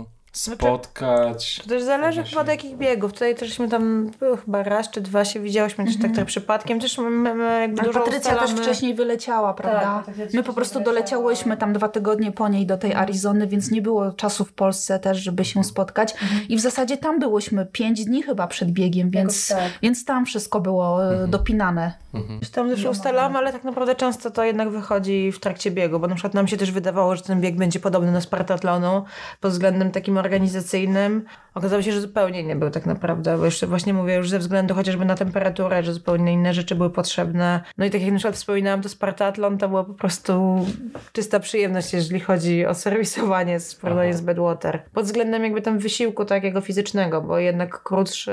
spotkać? To też zależy chyba do jakich biegów. Tutaj teżśmy tam, było chyba raz czy dwa się widziałyśmy, czy tak przypadkiem. Też my jakby dużo Patrycja ustalamy. też wcześniej wyleciała, prawda? My po prostu doleciałyśmy tam 2 tygodnie po niej do tej Arizony, więc nie było czasu w Polsce też, żeby się spotkać. I w zasadzie tam byłyśmy 5 dni chyba przed biegiem, więc tam wszystko było dopinane. Tam też ustalamy, ale tak naprawdę często to jednak wychodzi w trakcie biegu, bo na przykład nam się też wydawało, że ten bieg będzie podobny do Spartatlonu pod względem takim organizacyjnym. Okazało się, że zupełnie nie był tak naprawdę, bo jeszcze właśnie mówię już ze względu chociażby na temperaturę, że zupełnie inne rzeczy były potrzebne. No i tak jak na przykład wspominałam, to Spartatlon to była po prostu czysta przyjemność, jeżeli chodzi o serwisowanie w porównaniu z Badwater. Pod względem jakby tam wysiłku takiego fizycznego, bo jednak krótszy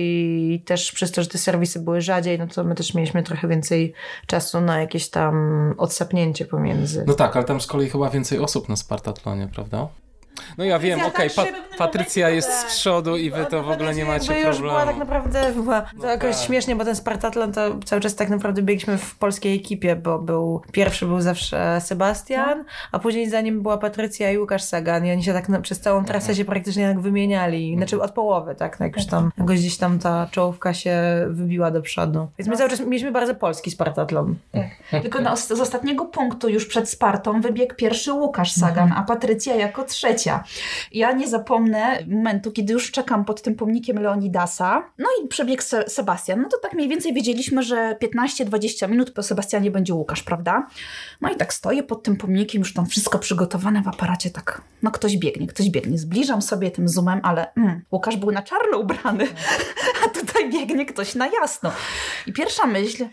i też przez to, że te serwisy były rzadziej, no to my też mieliśmy trochę więcej czasu na jakieś tam odsapnięcie pomiędzy. No tak, ale tam z kolei chyba więcej osób na Spartatlonie, prawda? No ja wiem, Patrycja jest z przodu i wy to w ogóle nie macie problemu. Już była tak naprawdę, to jakoś śmiesznie, bo ten Spartatlon to cały czas tak naprawdę biegliśmy w polskiej ekipie, bo pierwszy był zawsze Sebastian, a później za nim była Patrycja i Łukasz Sagan i oni się tak przez całą trasę się praktycznie tak wymieniali, znaczy od połowy, tak, no jakoś tam, gdzieś tam ta czołówka się wybiła do przodu. Więc my cały czas mieliśmy bardzo polski Spartatlon. Tylko z ostatniego punktu już przed Spartą wybiegł pierwszy Łukasz Sagan, a Patrycja jako trzecia. Ja nie zapomnę momentu, kiedy już czekam pod tym pomnikiem Leonidasa. No i przebiegł Sebastian. No to tak mniej więcej wiedzieliśmy, że 15-20 minut po Sebastianie będzie Łukasz, prawda? No i tak stoję pod tym pomnikiem, już tam wszystko przygotowane w aparacie, tak, no ktoś biegnie. Zbliżam sobie tym zoomem, ale Łukasz był na czarno ubrany, a tutaj biegnie ktoś na jasno. I pierwsza myśl,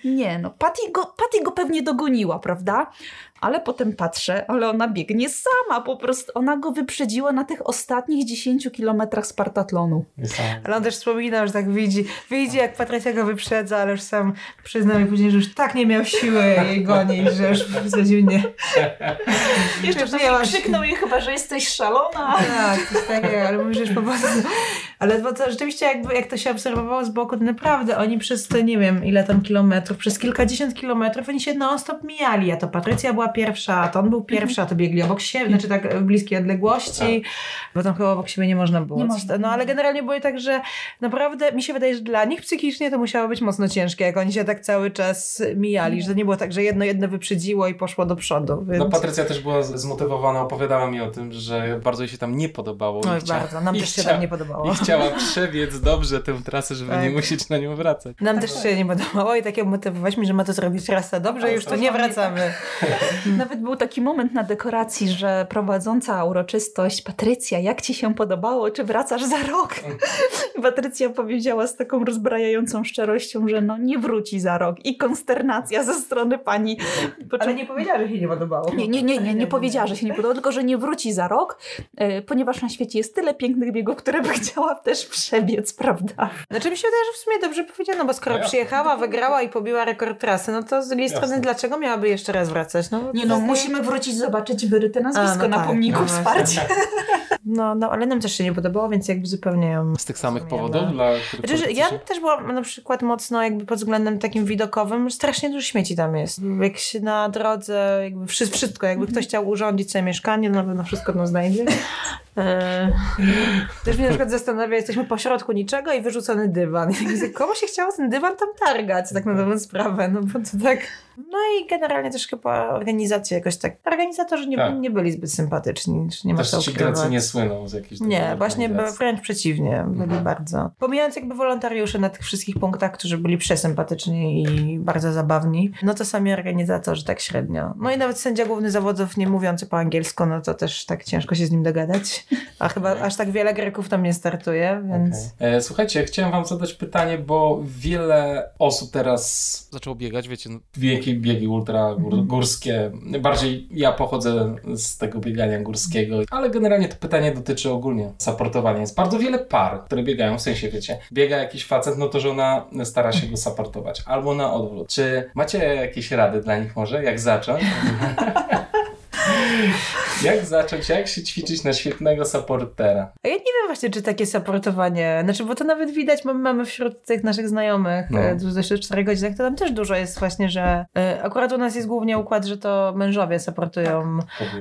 Patty go pewnie dogoniła, prawda? Ale potem patrzę, ale ona biegnie sama, po prostu ona go wyprzedziła na tych ostatnich 10 kilometrach Spartatlonu. Ale on też wspominał, że tak widzi jak Patrycja go wyprzedza, ale już sam przyznał mi później, że już tak nie miał siły jej gonić, że już wysadził nie. Jeszcze tam krzyknął jej chyba, że jesteś szalona. Tak, to jest takie, ale mówisz, że już po prostu... Ale to rzeczywiście jak to się obserwowało z boku, to naprawdę oni przez te nie wiem ile tam kilometrów, przez kilkadziesiąt kilometrów oni się non-stop mijali, a to Patrycja była pierwsza, a to on był pierwszy, a to biegli obok siebie, znaczy tak w bliskiej odległości, bo tam chyba obok siebie nie można było. No ale generalnie było tak, że naprawdę mi się wydaje, że dla nich psychicznie to musiało być mocno ciężkie, jak oni się tak cały czas mijali, że to nie było tak, że jedno wyprzedziło i poszło do przodu. Więc... No Patrycja też była zmotywowana, opowiadała mi o tym, że bardzo jej się tam nie podobało. No bardzo, nam też się tam nie podobało. I chciała przebiec dobrze tę trasę, żeby nie musieć na nią wracać. Nam też się nie podobało i takie motywować mi, że ma to zrobić trasę dobrze i już tu nie wracamy. Nawet był taki moment na dekoracji, że prowadząca uroczystość ktoś: Patrycja, jak ci się podobało? Czy wracasz za rok? Patrycja powiedziała z taką rozbrajającą szczerością, że no nie wróci za rok. I konsternacja ze strony pani. Ale nie powiedziała, że się nie podobało. Nie powiedziała, że się nie podobało, tylko że nie wróci za rok, ponieważ na świecie jest tyle pięknych biegów, które by chciała też przebiec, prawda? Znaczy mi się wydaje, że w sumie dobrze powiedziano, bo skoro przyjechała, wygrała i pobiła rekord trasy, no to z drugiej strony dlaczego miałaby jeszcze raz wracać? Musimy wrócić zobaczyć wyryte nazwisko na tak, pomniku wsparcia. No, ale nam też się nie podobało, więc jakby zupełnie ją Z tych samych rozumiemy. powodów? Dla których Znaczy, ja też byłam na przykład mocno jakby pod względem takim widokowym, strasznie dużo śmieci tam jest. Jak się na drodze, jakby wszystko, jakby ktoś chciał urządzić sobie mieszkanie, to na pewno wszystko tam znajdzie. Też mnie na przykład zastanawia, jesteśmy po środku niczego i wyrzucony dywan. Komu się chciało ten dywan tam targać, tak na dobrą sprawę, no bo to tak... No i generalnie też chyba organizacja jakoś tak... Organizatorzy nie byli zbyt sympatyczni, nie ma też co ci ukrywać. Grecy nie słyną z jakiejś Nie, właśnie wręcz przeciwnie, byli bardzo. Pomijając jakby wolontariuszy na tych wszystkich punktach, którzy byli przesympatyczni i bardzo zabawni, no to sami organizatorzy tak średnio. No i nawet sędzia główny zawodów nie mówiący po angielsku, no to też tak ciężko się z nim dogadać. A chyba aż tak wiele Greków tam nie startuje, więc... Okay. Słuchajcie, chciałem wam zadać pytanie, bo wiele osób teraz zaczęło biegać, wiecie... biegi ultra górskie. Bardziej ja pochodzę z tego biegania górskiego, ale generalnie to pytanie dotyczy ogólnie supportowania. Jest bardzo wiele par, które biegają, w sensie wiecie, biega jakiś facet, no to żona stara się go supportować. Albo na odwrót. Czy macie jakieś rady dla nich może? Jak zacząć? Jak zacząć? Jak się ćwiczyć na świetnego supportera? A ja nie wiem właśnie, czy takie supportowanie, znaczy, bo to nawet widać, mamy wśród tych naszych znajomych, w 4 godzinach, to tam też dużo jest właśnie, że akurat u nas jest głównie układ, że to mężowie supportują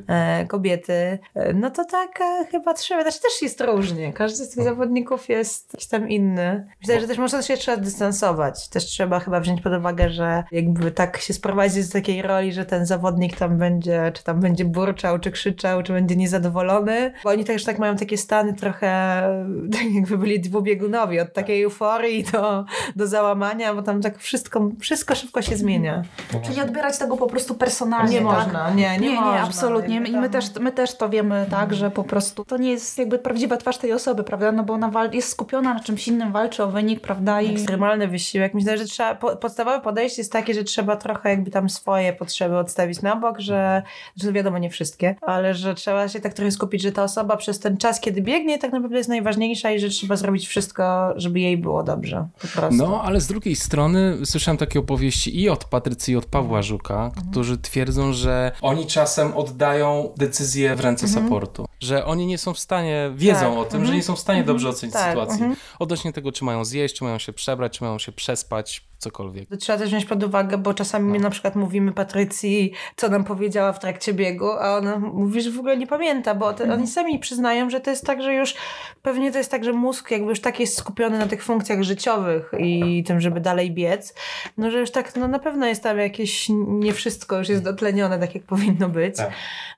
kobiety. No to tak chyba trzeba, znaczy też jest różnie. Każdy z tych zawodników jest jakiś tam inny. Myślę, że też można się trzeba dystansować. Też trzeba chyba wziąć pod uwagę, że jakby tak się sprowadzić do takiej roli, że ten zawodnik tam będzie, czy tam będzie burczał, czy krzyczał, czy będzie niezadowolony, bo oni też tak mają takie stany trochę, tak jakby byli dwubiegunowi, od takiej euforii do załamania, bo tam tak wszystko szybko się zmienia. Czyli nie odbierać tego po prostu personalnie, nie tak? można, nie można. Absolutnie. I my też to wiemy, tak, że po prostu to nie jest jakby prawdziwa twarz tej osoby, prawda, no bo ona jest skupiona na czymś innym, walczy o wynik, prawda? I... Ekstremalny wysiłek. Myślę, że trzeba, podstawowe podejście jest takie, że trzeba trochę jakby tam swoje potrzeby odstawić na bok, że wiadomo, nie wszystkie, ale że trzeba się tak trochę skupić, że ta osoba przez ten czas, kiedy biegnie, tak naprawdę jest najważniejsza i że trzeba zrobić wszystko, żeby jej było dobrze. Po prostu. No, ale z drugiej strony słyszałem takie opowieści i od Patrycji, i od Pawła Żuka, którzy twierdzą, że oni czasem oddają decyzję w ręce supportu. Że oni nie są w stanie, wiedzą o tym, że nie są w stanie dobrze ocenić sytuacji. Odnośnie tego, czy mają zjeść, czy mają się przebrać, czy mają się przespać, cokolwiek. To trzeba też wziąć pod uwagę, bo czasami my na przykład mówimy Patrycji, co nam powiedziała w trakcie biegu, a ona mówi, że w ogóle nie pamięta, bo oni sami przyznają, że to jest tak, że już pewnie to jest tak, że mózg jakby już tak jest skupiony na tych funkcjach życiowych i tym, żeby dalej biec, no że już tak, no na pewno jest tam jakieś, nie wszystko już jest dotlenione tak, jak powinno być. Tak.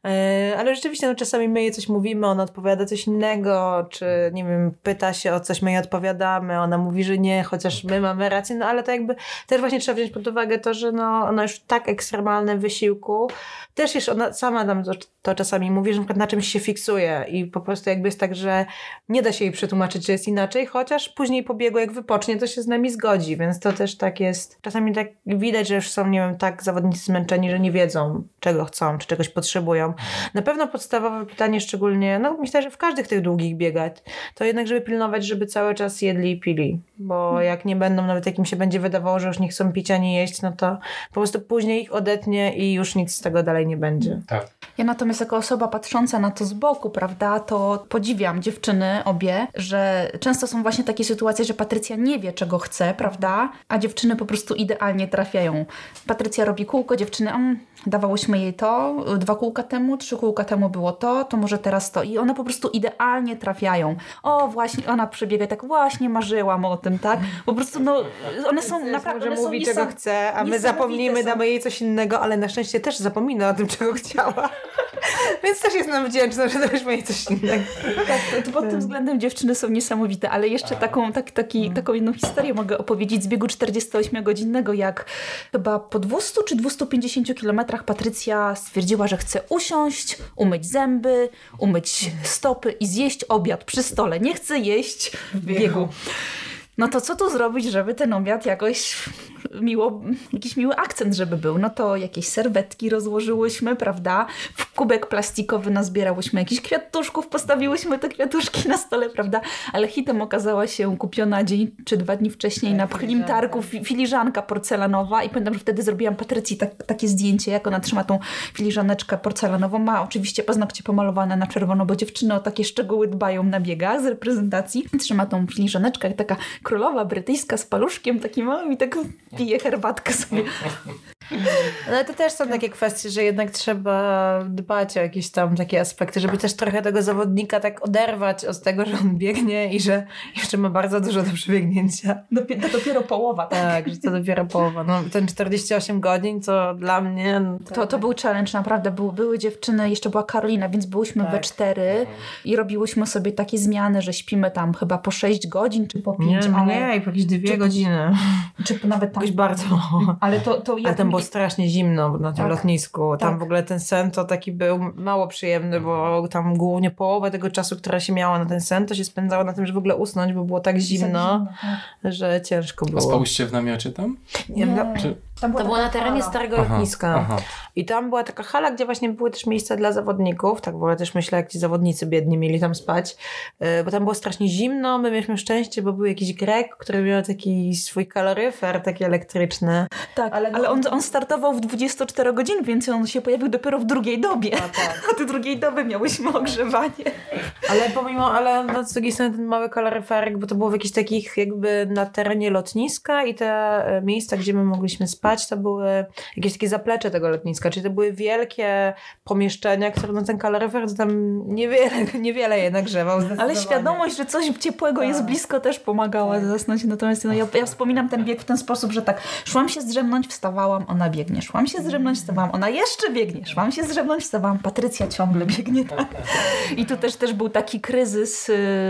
Ale rzeczywiście no czasami my jej coś mówimy, ona odpowiada coś innego, czy nie wiem, pyta się o coś, my jej odpowiadamy, ona mówi, że nie, chociaż my mamy rację, no ale to jakby też właśnie trzeba wziąć pod uwagę to, że no ona już w tak ekstremalnym wysiłku, też już ona sama tam to czasami mówi, że na przykład na czymś się fiksuje i po prostu jakby jest tak, że nie da się jej przetłumaczyć, że jest inaczej, chociaż później po biegu jak wypocznie, to się z nami zgodzi, więc to też tak jest. Czasami tak widać, że już są, nie wiem, tak zawodnicy zmęczeni, że nie wiedzą, czego chcą, czy czegoś potrzebują. Na pewno podstawowe pytanie szczególnie, no myślę, że w każdych tych długich biegach, to jednak, żeby pilnować, żeby cały czas jedli i pili, bo jak nie będą, nawet jak im się będzie wydawało, że już nie chcą pić ani jeść, no to po prostu później ich odetnie i już nic z tego dalej nie będzie. Tak. Ja natomiast jako osoba patrząca na to z boku, prawda, to podziwiam dziewczyny obie, że często są właśnie takie sytuacje, że Patrycja nie wie, czego chce, prawda, a dziewczyny po prostu idealnie trafiają. Patrycja robi kółko, dziewczyny, dawałyśmy jej to, 2 kółka temu, 3 kółka temu było to może teraz to. I one po prostu idealnie trafiają. O, właśnie, ona przebiega tak, właśnie marzyłam o tym, tak? Po prostu, no, one są naprawdę... Może mówi, czego chce, a my zapomnimy, damy jej coś innego, ale na szczęście też zapomina o tym, czego chciała. Więc też jestem wdzięczna, że też mieli coś innego. Tak, to pod tym względem dziewczyny są niesamowite, ale jeszcze taką jedną historię mogę opowiedzieć z biegu 48-godzinnego, jak chyba po 200 czy 250 kilometrach Patrycja stwierdziła, że chce usiąść, umyć zęby, umyć stopy i zjeść obiad przy stole. Nie chce jeść w biegu. No to co tu zrobić, żeby ten obiad jakoś jakiś miły akcent, żeby był? No to jakieś serwetki rozłożyłyśmy, prawda? W kubek plastikowy nazbierałyśmy jakichś kwiatuszków, postawiłyśmy te kwiatuszki na stole, prawda? Ale hitem okazała się kupiona dzień czy 2 dni wcześniej na pchlim targu filiżanka porcelanowa i pamiętam, że wtedy zrobiłam Patrycji takie zdjęcie, jak ona trzyma tą filiżaneczkę porcelanową. Ma oczywiście paznokcie pomalowane na czerwono, bo dziewczyny o takie szczegóły dbają na biegach z reprezentacji. Trzyma tą filiżaneczkę jak taka królowa brytyjska z paluszkiem takim małym i tak pije herbatkę sobie. Ale to też są takie kwestie, że jednak trzeba dbać o jakieś tam takie aspekty, żeby też trochę tego zawodnika tak oderwać od tego, że on biegnie i że jeszcze ma bardzo dużo do przebiegnięcia. To dopiero połowa. Tak, że to dopiero połowa. No, ten 48 godzin to dla mnie... No to był challenge, naprawdę. Były dziewczyny, jeszcze była Karolina, więc byłyśmy we 4 i robiłyśmy sobie takie zmiany, że śpimy tam chyba po 6 godzin, czy po 5. Nie, po jakieś 2 godziny. Czy nawet tam... Jakoś bardzo. Ale tam było strasznie zimno na tym lotnisku. Tam w ogóle ten sen to taki był mało przyjemny, bo tam głównie połowę tego czasu, która się miała na ten sen, to się spędzało na tym, że w ogóle usnąć, bo było tak zimno, że ciężko było. A spałyście w namiocie tam? Nie. To było na terenie starego lotniska. I tam była taka hala, gdzie właśnie były też miejsca dla zawodników. Tak w ogóle też myślę, jak ci zawodnicy biedni mieli tam spać. Bo tam było strasznie zimno. My mieliśmy szczęście, bo był jakiś Grek, który miał taki swój kaloryfer, taki elektryczny. Tak, ale on startował w 24 godzin, więc on się pojawił dopiero w drugiej dobie. A ty drugiej doby miałyśmy ogrzewanie. Ale no, z drugiej strony ten mały kaloryferek, bo to było w jakichś takich jakby na terenie lotniska i te miejsca, gdzie my mogliśmy spać, to były jakieś takie zaplecze tego lotniska, czyli to były wielkie pomieszczenia, które no ten kaloryfer to tam niewiele je nagrzewał. Ale świadomość, że coś ciepłego jest blisko, też pomagała zasnąć. Natomiast no, ja wspominam ten bieg w ten sposób, że tak, szłam się zdrzemnąć, wstawałam, ona biegnie. Szłam się zdrzemnąć, wstawałam, ona jeszcze biegnie. Szłam się zdrzemnąć, wstawałam, Patrycja ciągle biegnie. Tak? I tu też był taki kryzys,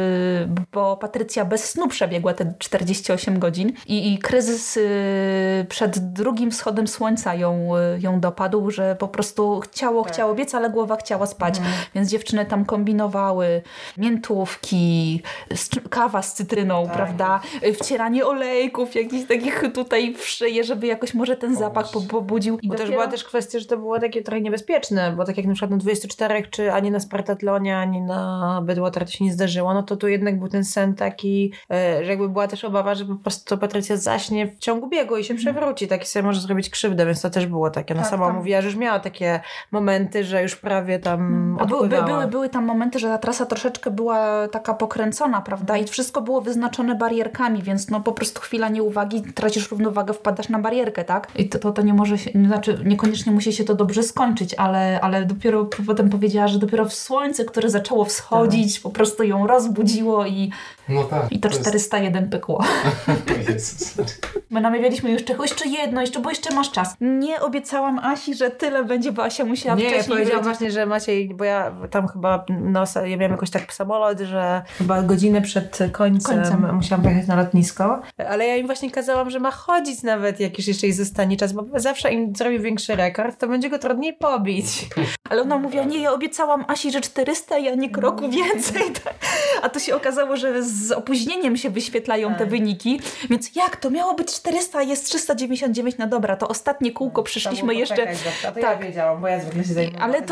bo Patrycja bez snu przebiegła te 48 godzin i kryzys przed drugim wschodem słońca ją dopadł, że po prostu chciało biec, ale głowa chciała spać. Więc dziewczyny tam kombinowały miętówki, kawa z cytryną, prawda? Wcieranie olejków, jakichś takich tutaj w szyję, żeby jakoś może ten zapach pobudził. Bo też była też kwestia, że to było takie trochę niebezpieczne, bo tak jak na przykład na 24, czy ani na Spartatlonie, ani na Badwater to się nie zdarzyło, no to tu jednak był ten sen taki, że jakby była też obawa, że po prostu Patrycja zaśnie w ciągu biegu i się przewróci, taki sobie może zrobić krzywdę, więc to też było takie. Ona sama mówiła, że już miała takie momenty, że już prawie tam odpływała. Były tam momenty, że ta trasa troszeczkę była taka pokręcona, prawda? I wszystko było wyznaczone barierkami, więc no po prostu chwila nieuwagi, tracisz równowagę, wpadasz na barierkę, tak? I to nie może się, znaczy niekoniecznie musi się to dobrze skończyć, ale dopiero potem powiedziała, że dopiero w słońce, które zaczęło wschodzić, po prostu ją rozbudziło i to 401 pykło. Jezus. My namawialiśmy jeszcze jedno, bo jeszcze masz czas. Nie obiecałam Asi, że tyle będzie, bo Asia musiała wcześniej... Nie, powiedziałam właśnie, że Maciej, bo ja tam chyba, ja miałam jakoś tak samolot, że chyba godzinę przed końcem musiałam pojechać na lotnisko, ale ja im właśnie kazałam, że ma chodzić nawet, jak już jeszcze jej zostanie czas, bo zawsze im zrobi większy rekord, to będzie go trudniej pobić. Ale ona mówiła, nie, ja obiecałam Asi, że 400, ja nie kroku więcej. A to się okazało, że z opóźnieniem się wyświetlają te wyniki, więc jak to miało być 400, a jest 399, no dobra, to ostatnie kółko przyszliśmy jeszcze... To ja wiedziałam, bo ja zwykle się zajmuję. Ale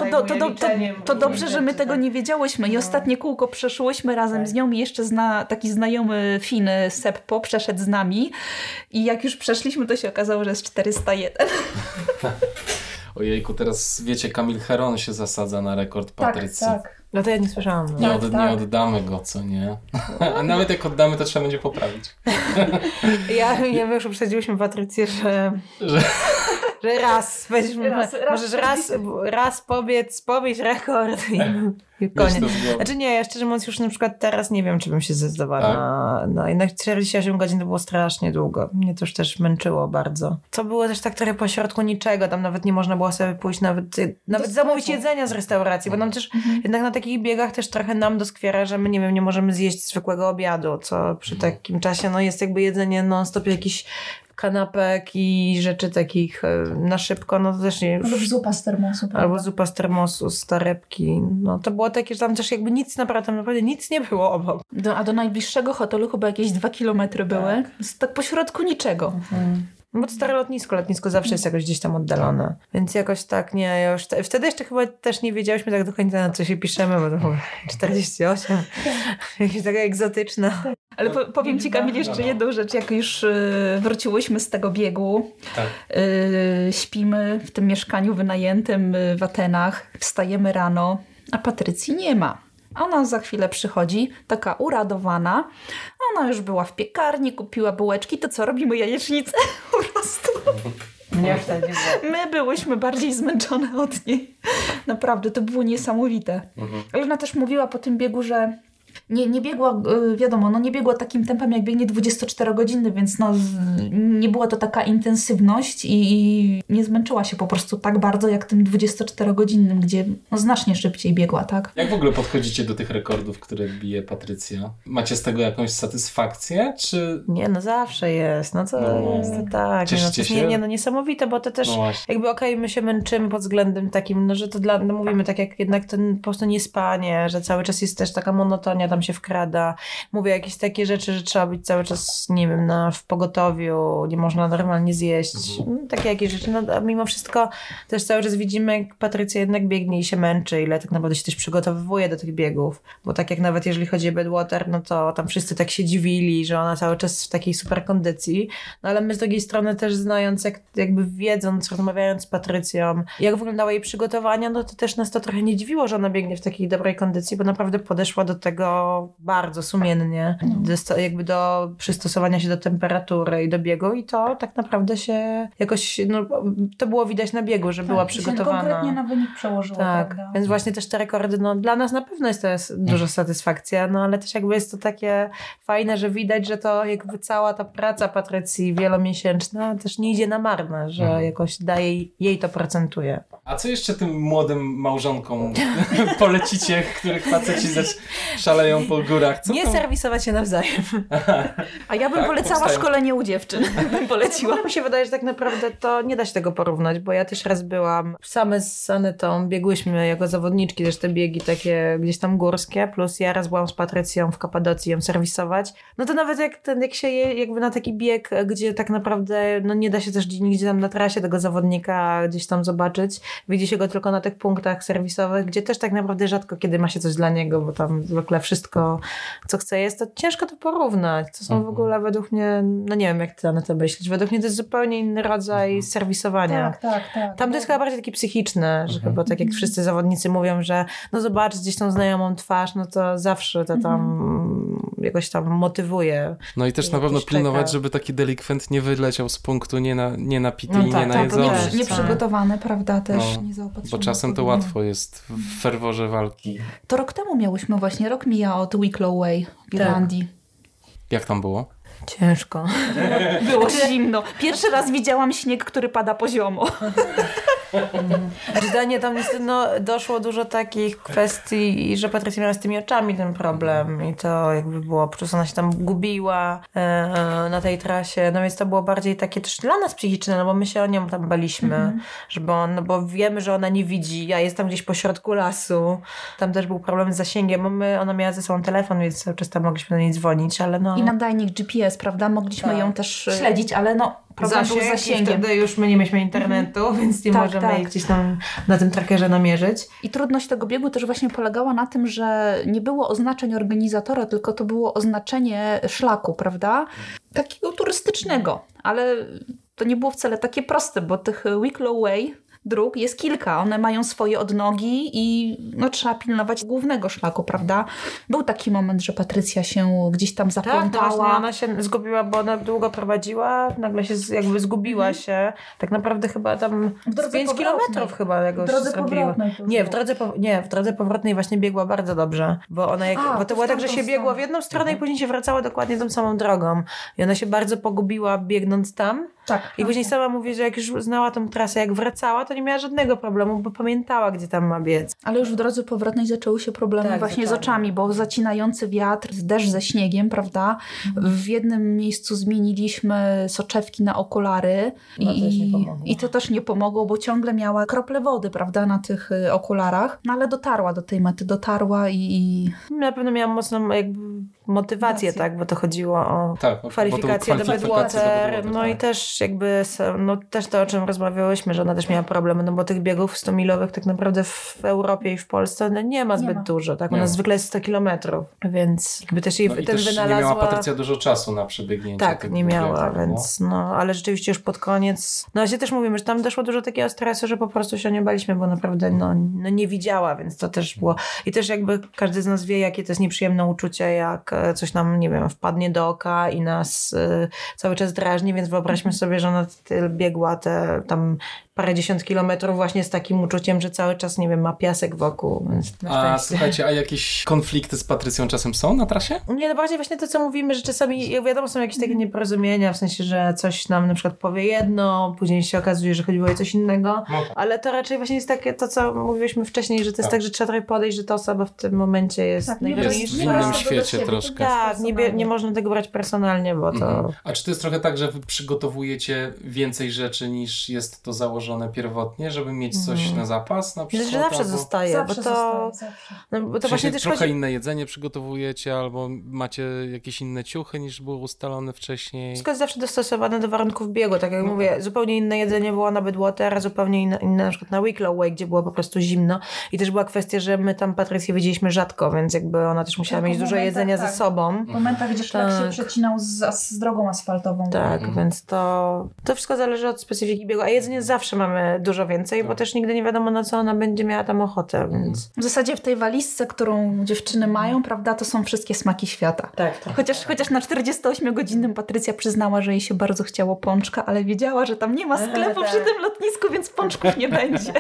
to dobrze, że my tego nie wiedziałyśmy i ostatnie kółko przeszłyśmy razem z nią i jeszcze taki znajomy Fin Seppo przeszedł z nami i jak już przeszliśmy, to się okazało, że jest 401. Ojejku, teraz wiecie, Kamil Heron się zasadza na rekord Patrycji. Tak. No to ja nie słyszałam. Nie oddamy go, co nie? A nawet jak oddamy, to trzeba będzie poprawić. Ja już uprzedziłyśmy Patrycję, że że możesz raz powiedz rekord i koniec. Znaczy nie, ja szczerze mówiąc już na przykład teraz nie wiem, czy bym się zdecydowała na jednak 48 godzin to było strasznie długo. Mnie to już też męczyło bardzo. To było też tak trochę pośrodku niczego, tam nawet nie można było sobie pójść nawet zamówić jedzenia z restauracji, bo nam też jednak na takich biegach też trochę nam doskwiera, że my nie możemy zjeść zwykłego obiadu, co przy takim czasie jest jakby jedzenie non-stop jakiś kanapek i rzeczy takich na szybko, no to też nie... Albo zupa z termosu. Prawda? Albo zupa z termosu, z torebki. No to było takie, że tam też jakby nic naprawdę nic nie było obok. A do najbliższego hotelu chyba jakieś 2 kilometry były. Tak pośrodku niczego. Bo to stare lotnisko zawsze jest jakoś gdzieś tam oddalone. Więc jakoś tak, nie, ja już wtedy jeszcze chyba też nie wiedziałyśmy tak do końca, na co się piszemy, bo to było 48. Jakieś taka egzotyczna. Ale powiem Ci, Kamil, jeszcze jedną rzecz. Jak już wróciłyśmy z tego biegu, śpimy w tym mieszkaniu wynajętym w Atenach, wstajemy rano, a Patrycji nie ma. Ona za chwilę przychodzi, taka uradowana. Ona już była w piekarni, kupiła bułeczki. To co, robimy jajecznicę? Po prostu. Mnie wtedy było. My byłyśmy bardziej zmęczone od niej. Naprawdę, to było niesamowite. Ale ona też mówiła po tym biegu, że nie biegła, wiadomo, nie biegła takim tempem jak biegnie 24-godzinny, więc nie była to taka intensywność i nie zmęczyła się po prostu tak bardzo jak tym 24-godzinnym, gdzie znacznie szybciej biegła, tak? Jak w ogóle podchodzicie do tych rekordów, które bije Patrycja? Macie z tego jakąś satysfakcję, czy... Nie, zawsze jest. Jest to tak. Cieszycie się? Niesamowite, bo to też jakby my się męczymy pod względem takim, że to mówimy tak jak jednak ten po prostu niespanie, że cały czas jest też taka monotonia tam się wkrada. Mówię jakieś takie rzeczy, że trzeba być cały czas, nie wiem, w pogotowiu, nie można normalnie zjeść. Takie jakieś rzeczy. A mimo wszystko też cały czas widzimy, jak Patrycja jednak biegnie i się męczy, ile tak naprawdę się też przygotowywuje do tych biegów. Bo tak jak nawet jeżeli chodzi o Badwater, to tam wszyscy tak się dziwili, że ona cały czas w takiej super kondycji. Ale my z drugiej strony też znając, jakby wiedząc, rozmawiając z Patrycją, jak wyglądały jej przygotowania, to też nas to trochę nie dziwiło, że ona biegnie w takiej dobrej kondycji, bo naprawdę podeszła do tego bardzo sumiennie, jakby do przystosowania się do temperatury i do biegu i to tak naprawdę się jakoś, to było widać na biegu, że była przygotowana. Się konkretnie na wynik przełożyło. Tak, prawda? więc właśnie też te rekordy, dla nas na pewno jest to duża satysfakcja, ale też jakby jest to takie fajne, że widać, że to jakby cała ta praca Patrycji wielomiesięczna też nie idzie na marne, że jakoś jej to procentuje. A co jeszcze tym młodym małżonkom polecicie, których faceci szaleją po górach? Nie serwisować się nawzajem. A ja bym polecała szkolenie u dziewczyn. Bym poleciła. Mi się wydaje, że tak naprawdę to nie da się tego porównać, bo ja też raz byłam same z Anetą, biegłyśmy jako zawodniczki też te biegi takie gdzieś tam górskie, plus ja raz byłam z Patrycją w Kapadocji ją serwisować. To nawet jak się jakby na taki bieg, gdzie tak naprawdę nie da się też nigdzie tam na trasie tego zawodnika gdzieś tam zobaczyć. Widzi się go tylko na tych punktach serwisowych, gdzie też tak naprawdę rzadko kiedy ma się coś dla niego, bo tam zwykle wszystko, co chce jest, to ciężko to porównać. To są w ogóle według mnie, nie wiem jak ty na to myślisz, według mnie to jest zupełnie inny rodzaj serwisowania. Tak. Tam to jest chyba bardziej takie psychiczne, że chyba tak jak wszyscy zawodnicy mówią, że zobacz gdzieś tą znajomą twarz, to zawsze to tam jakoś tam motywuje. I też na pewno pilnować, żeby taki delikwent nie wyleciał z punktu nienapity i nie najedzony. Nieprzygotowany, prawda, też niezaopatrzony. Bo czasem to łatwo jest w ferworze walki. To rok temu miałyśmy właśnie, rok mija od Wicklow Way w Irlandii. Jak tam było? Ciężko. Było zimno. Pierwszy raz widziałam śnieg, który pada poziomo. Zdanie tam niestety doszło dużo takich kwestii, że Patrycja miała z tymi oczami ten problem i to jakby było, po prostu ona się tam gubiła na tej trasie, więc to było bardziej takie też dla nas psychiczne, bo my się o nią tam baliśmy, bo wiemy, że ona nie widzi, ja jestem gdzieś po środku lasu, tam też był problem z zasięgiem, ona miała ze sobą telefon, więc cały czas tam mogliśmy do niej dzwonić, ale I nadajnik GPS, prawda? Mogliśmy ją też śledzić, ale problem był z zasięgiem. Wtedy już my nie mieliśmy internetu, więc nie możemy jej gdzieś tam na tym trackerze namierzyć. I trudność tego biegu też właśnie polegała na tym, że nie było oznaczeń organizatora, tylko to było oznaczenie szlaku, prawda? Takiego turystycznego, ale to nie było wcale takie proste, bo tych Wicklow Way dróg jest kilka. One mają swoje odnogi i no, trzeba pilnować głównego szlaku, prawda? Był taki moment, że Patrycja się gdzieś tam zaplątała. Tak, ona się zgubiła, bo ona długo prowadziła, nagle się jakby zgubiła się. Tak naprawdę chyba tam 5 kilometrów chyba jakoś zrobiła. W drodze powrotnej właśnie biegła bardzo dobrze, bo ona bo to było tak, że się biegło w jedną stronę i później się wracało dokładnie tą samą drogą. I ona się bardzo pogubiła biegnąc tam. Tak. I później sama mówi, że jak już znała tą trasę, jak wracała, to nie miała żadnego problemu, bo pamiętała, gdzie tam ma biec. Ale już w drodze powrotnej zaczęły się problemy właśnie z oczami, bo zacinający wiatr, deszcz ze śniegiem, prawda? W jednym miejscu zmieniliśmy soczewki na okulary i to też nie pomogło, bo ciągle miała krople wody, prawda, na tych okularach. No ale dotarła do tej mety, i... Na pewno miałam mocną jakby motywację, tak, bo to chodziło o kwalifikację do Badwater, no i też jakby, no też to, o czym rozmawiałyśmy, że ona też miała problemy, no bo tych biegów 100-milowych tak naprawdę w Europie i w Polsce nie ma zbyt dużo, tak, u nas zwykle jest 100 kilometrów, więc jakby też jej no ten też wynalazła... nie miała Patrycja dużo czasu na przebiegnięcie. Tak, nie miała, więc no, ale rzeczywiście już pod koniec, no się też mówimy, że tam doszło dużo takiego stresu, że po prostu się nie baliśmy, bo naprawdę no nie widziała, więc to też było i też jakby każdy z nas wie, jakie to jest nieprzyjemne uczucie, jak coś nam, nie wiem, wpadnie do oka i nas cały czas drażni, więc wyobraźmy sobie, że ona biegła te tam parędziesiąt kilometrów właśnie z takim uczuciem, że cały czas, nie wiem, ma piasek wokół. Więc słuchajcie, a jakieś konflikty z Patrycją czasem są na trasie? Nie, no bardziej właśnie to, co mówimy, że czasami, jak wiadomo, są jakieś takie nieporozumienia, w sensie, że coś nam na przykład powie jedno, później się okazuje, że chodziło o coś innego, ale to raczej właśnie jest takie to, co mówiliśmy wcześniej, że to jest tak, że trzeba trochę podejść, że ta osoba w tym momencie jest najważniejsza. Jest w innym świecie troszkę. Tak, nie można tego brać personalnie, bo to... A czy to jest trochę tak, że wy przygotowujecie więcej rzeczy niż jest to założone pierwotnie, żeby mieć coś na zapas na przykład? Że zawsze zostaje, zawsze bo to... Zawsze. No, bo to właśnie też trochę inne jedzenie przygotowujecie, albo macie jakieś inne ciuchy niż było ustalone wcześniej? Wszystko jest zawsze dostosowane do warunków biegu, tak jak mówię, zupełnie inne jedzenie było na Badwater, a zupełnie inne na przykład na Wicklow Way, gdzie było po prostu zimno i też była kwestia, że my tam Patrycję widzieliśmy rzadko, więc jakby ona też musiała mieć dużo jedzenia ze sobą. W momentach, gdzie szlak się przecinał z drogą asfaltową. Tak, więc to wszystko zależy od specyfiki biegu, a jedzenie zawsze mamy dużo więcej, bo też nigdy nie wiadomo, na co ona będzie miała tam ochotę, więc... W zasadzie w tej walizce, którą dziewczyny mają, prawda, to są wszystkie smaki świata. Tak. Chociaż na 48-godzinnym Patrycja przyznała, że jej się bardzo chciało pączka, ale wiedziała, że tam nie ma sklepu przy tym lotnisku, więc pączków nie będzie.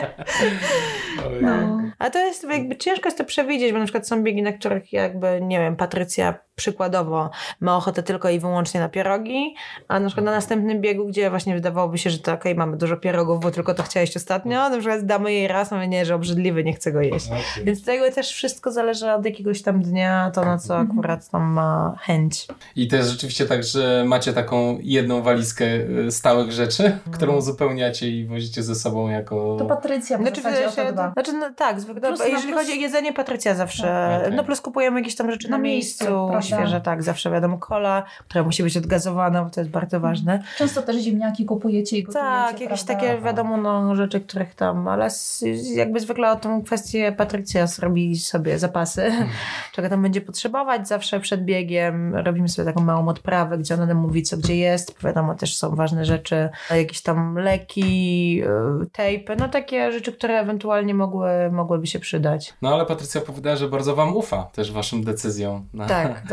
No. A to jest jakby ciężko jest to przewidzieć, bo na przykład są biegi, na których jakby, nie wiem, Patrycja przykładowo ma ochotę tylko i wyłącznie na pierogi, a na przykład na następnym biegu, gdzie właśnie wydawałoby się, że to okej, mamy dużo pierogów, bo tylko to chciała jeść ostatnio, na przykład damy jej raz, mówię, nie, że obrzydliwy, nie chcę go jeść. Okay. Więc to jakby też wszystko zależy od jakiegoś tam dnia, to na co akurat tam ma chęć. I to jest rzeczywiście tak, że macie taką jedną walizkę stałych rzeczy, którą uzupełniacie i wozicie ze sobą jako... To Patrycja w zasadzie o to dba. Znaczy, no, tak, zwykle. Jeżeli chodzi o jedzenie, Patrycja zawsze, no plus kupujemy jakieś tam rzeczy na miejscu, świeże, tak, zawsze wiadomo, kola, która musi być odgazowana, bo to jest bardzo ważne. Często też ziemniaki kupujecie i gotujecie, tak, jakieś takie, wiadomo, no, rzeczy, których tam, ale jakby zwykle o tą kwestię Patrycja robi sobie zapasy, czego tam będzie potrzebować. Zawsze przed biegiem robimy sobie taką małą odprawę, gdzie ona nam mówi, co gdzie jest. Wiadomo, też są ważne rzeczy, jakieś tam leki, tejpy, no takie rzeczy, które ewentualnie mogłyby się przydać. No ale Patrycja powiedziała, że bardzo wam ufa też waszym decyzjom. Tak.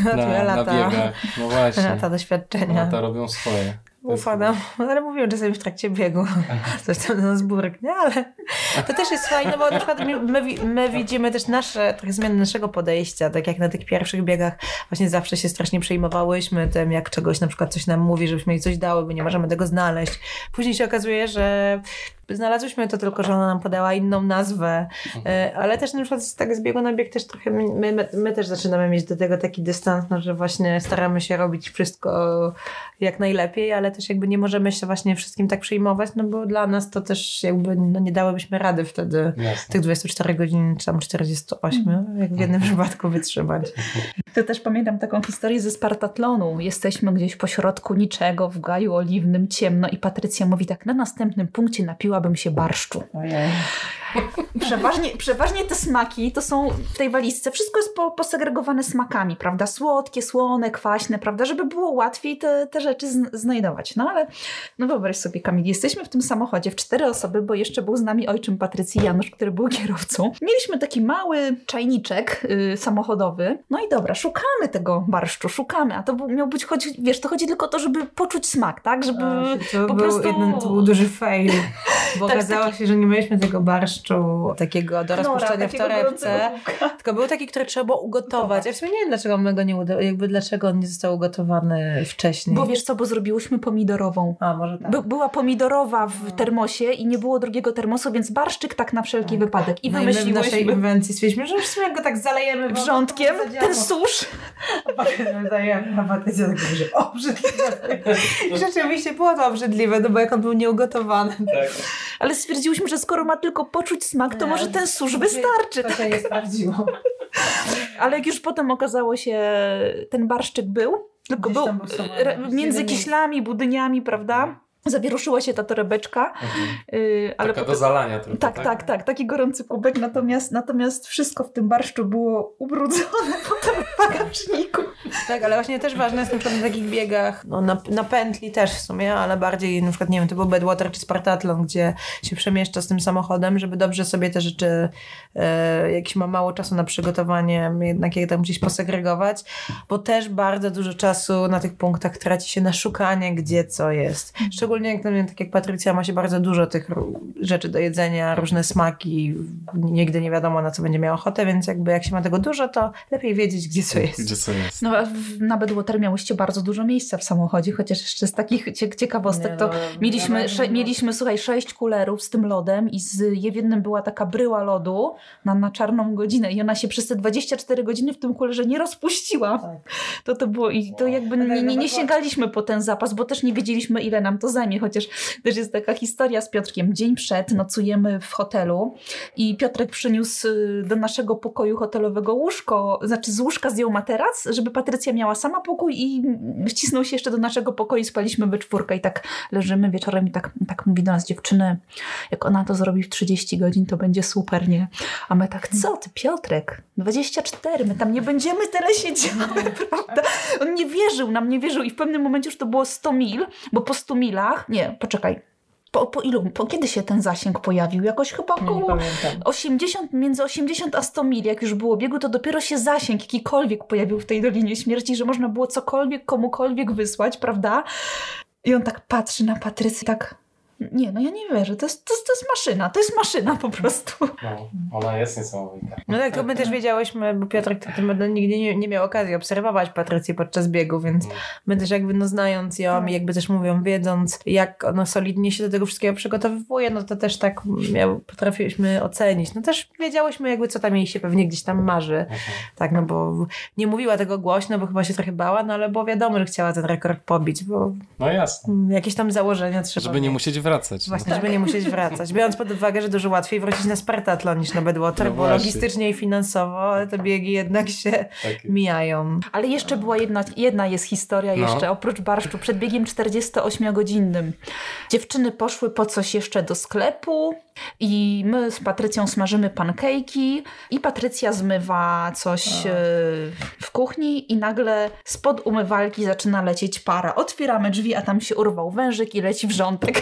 Na biegach. No właśnie. Lata doświadczenia. Lata robią swoje. Ufa nam, ale mówiłem czasami w trakcie biegu. Coś tam na nas burknie, ale to też jest fajne, bo na przykład my widzimy też trochę zmianę naszego podejścia, tak jak na tych pierwszych biegach właśnie zawsze się strasznie przejmowałyśmy tym, jak czegoś na przykład coś nam mówi, żebyśmy jej coś dały, bo nie możemy tego znaleźć. Później się okazuje, że znalazłyśmy to tylko, że ona nam podała inną nazwę, ale też na przykład tak z biegu na bieg też trochę my też zaczynamy mieć do tego taki dystans, no, że właśnie staramy się robić wszystko jak najlepiej, ale też jakby nie możemy się właśnie wszystkim tak przejmować, no bo dla nas to też jakby no nie dałybyśmy rady wtedy tych 24 godzin, czy tam 48, jak w jednym przypadku wytrzymać. To też pamiętam taką historię ze Spartatlonu. Jesteśmy gdzieś pośrodku niczego, w gaju oliwnym, ciemno i Patrycja mówi tak, na następnym punkcie napiłabym się barszczu. Ojej. Przeważnie te smaki to są w tej walizce, wszystko jest posegregowane smakami, prawda? Słodkie, słone, kwaśne, prawda? Żeby było łatwiej te rzeczy znajdować. No ale wyobraź sobie, Kamil, jesteśmy w tym samochodzie w 4 osoby, bo jeszcze był z nami ojczym Patrycji, Janusz, który był kierowcą. Mieliśmy taki mały czajniczek samochodowy. No i dobra, szukamy tego barszczu, a to miał być, to chodzi tylko o to, żeby poczuć smak, tak? Żeby to był duży fail, bo okazało się, że nie mieliśmy tego barszczu takiego do rozpuszczenia w torebce, tylko był taki, który trzeba było ugotować. Ja w sumie nie wiem, dlaczego my go nie dlaczego on nie został ugotowany wcześniej. Bo wiesz co, bo zrobiłyśmy pomidorową. A, może tak. Była pomidorowa w termosie i nie było drugiego termosu, więc barszczyk tak na wszelki wypadek. I wymyśliłyśmy. My w naszej inwencji stwierdziliśmy, że w sumie go tak zalejemy wrzątkiem, ten susz. Dajemy, a Patrycja tak mówi, że obrzydliwe. I rzeczywiście było to obrzydliwe, no bo jak on był nieugotowany. Tak. Ale stwierdziłyśmy, że skoro ma tylko poczuć smak, to może ten susz wystarczy. To się nie sprawdziło. Ale jak już potem okazało się, ten barszczyk był, tylko był między kiślami, budyniami, prawda? Zawieruszyła się ta torebeczka. Ale taka do zalania tylko, tak. Taki gorący kubek, natomiast wszystko w tym barszczu było ubrudzone potem w bagażniku. Tak, ale właśnie też ważne jest na przykład na takich biegach, no na pętli też w sumie, ale bardziej na przykład, nie wiem, to był Badwater czy Spartathlon, gdzie się przemieszcza z tym samochodem, żeby dobrze sobie te rzeczy, jak ma mało czasu na przygotowanie, jednak je tam gdzieś posegregować, bo też bardzo dużo czasu na tych punktach traci się na szukanie, gdzie co jest. Szczególnie tak jak Patrycja ma się bardzo dużo tych rzeczy do jedzenia, różne smaki, nigdy nie wiadomo, na co będzie miała ochotę, więc jakby jak się ma tego dużo, to lepiej wiedzieć, gdzie co jest. No, na Badwater miałyście bardzo dużo miejsca w samochodzie, chociaż jeszcze z takich ciekawostek to mieliśmy, słuchaj, 6 kulerów z tym lodem i w jednym była taka bryła lodu na czarną godzinę i ona się przez te 24 godziny w tym kulerze nie rozpuściła. Tak. To było i to jakby nie sięgaliśmy po ten zapas, bo też nie wiedzieliśmy, ile nam to zajmie, chociaż też jest taka historia z Piotrkiem. Dzień przed nocujemy w hotelu i Piotrek przyniósł do naszego pokoju hotelowego łóżko, znaczy z łóżka zdjął materac, żeby Patrycja miała sama pokój i wcisnął się jeszcze do naszego pokoju i spaliśmy we 4 i tak leżymy wieczorem i tak mówi do nas dziewczyny, jak ona to zrobi w 30 godzin, to będzie super, nie? A my tak, co ty Piotrek? 24, my tam nie będziemy tyle siedziały, prawda? On nie wierzył i w pewnym momencie już to było 100 mil, bo po 100 milach, nie, poczekaj, kiedy się ten zasięg pojawił? Jakoś chyba około 80, między 80 a 100 mil, jak już było biegu, to dopiero się zasięg jakikolwiek pojawił w tej Dolinie Śmierci, że można było cokolwiek, komukolwiek wysłać, prawda? I on tak patrzy na Patrycję, tak, nie, no ja nie wierzę, to jest maszyna po prostu. No, ona jest niesamowita. No tak, to my też wiedziałyśmy, bo Piotrek nigdy nie miał okazji obserwować Patrycję podczas biegu, więc my też jakby znając ją i jakby też wiedząc jak ona solidnie się do tego wszystkiego przygotowywuje, no to też tak potrafiliśmy ocenić. No też wiedziałyśmy jakby co tam jej się pewnie gdzieś tam marzy. Tak, no bo nie mówiła tego głośno, bo chyba się trochę bała, no ale było wiadomo, że chciała ten rekord pobić, bo no jasne. Jakieś tam założenia trzeba. Żeby nie musieć wracać. Właśnie, żeby nie musieć wracać. Biorąc pod uwagę, że dużo łatwiej wrócić na Spartathlon niż na Badwater, bo logistycznie i finansowo te biegi jednak się mijają. Ale jeszcze była jedna jest historia jeszcze, oprócz barszczu, przed biegiem 48-godzinnym. Dziewczyny poszły po coś jeszcze do sklepu i my z Patrycją smażymy pankejki i Patrycja zmywa coś w kuchni i nagle spod umywalki zaczyna lecieć para. Otwieramy drzwi, a tam się urwał wężyk i leci wrzątek.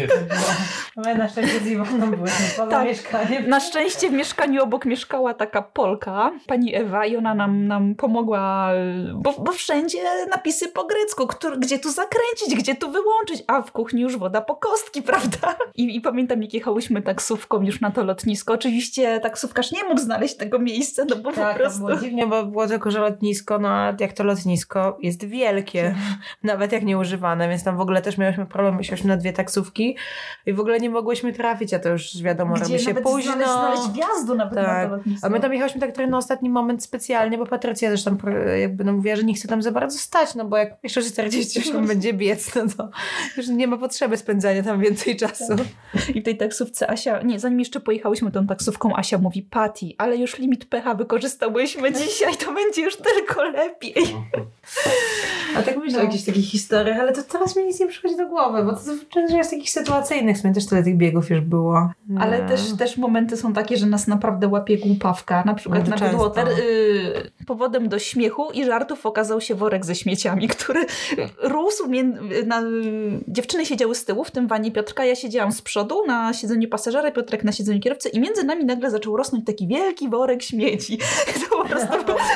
My na szczęście z Iwoną byłyśmy poza mieszkaniem. Na szczęście w mieszkaniu obok mieszkała taka Polka, pani Ewa, i ona nam pomogła, bo wszędzie napisy po grecku, gdzie tu zakręcić, gdzie tu wyłączyć, a w kuchni już woda po kostki, prawda? I pamiętam, jak jechałyśmy taksówką już na to lotnisko. Oczywiście taksówkarz nie mógł znaleźć tego miejsca, no bo tak, po prostu... to było dziwnie, bo było tylko, że lotnisko, no a jak to lotnisko jest wielkie, nawet jak nieużywane, więc tam w ogóle też miałyśmy problem, myślałyśmy na 2 taksówki i w ogóle nie mogłyśmy trafić, a to już wiadomo, robi się późno. Znaleźć wjazdu nawet na to lotnisko. A my tam jechałyśmy tak trochę na ostatni moment specjalnie, bo Patrycja też tam jakby mówiła, że nie chce tam za bardzo stać, no bo jak jeszcze 48 będzie biec, no to już nie ma potrzeby spędzania tam więcej czasu. I w tej taksówce Asia, zanim jeszcze pojechałyśmy tą taksówką, Asia mówi, Patty, ale już limit pH wykorzystałyśmy dzisiaj, to będzie już tylko lepiej. A tak myślę o jakichś takich historiach, ale to teraz mi nic nie przychodzi do głowy, bo to często jest takich takich sytuacyjnych, w sumie też tyle tych biegów już było. Ale też momenty są takie, że nas naprawdę łapie głupawka. Na przykład na Badwater powodem do śmiechu i żartów okazał się worek ze śmieciami, który rósł. Dziewczyny siedziały z tyłu w tym wanie Piotrka, ja siedziałam z przodu na siedzeniu pasażera, Piotrek na siedzeniu kierowcy i między nami nagle zaczął rosnąć taki wielki worek śmieci. To po prostu...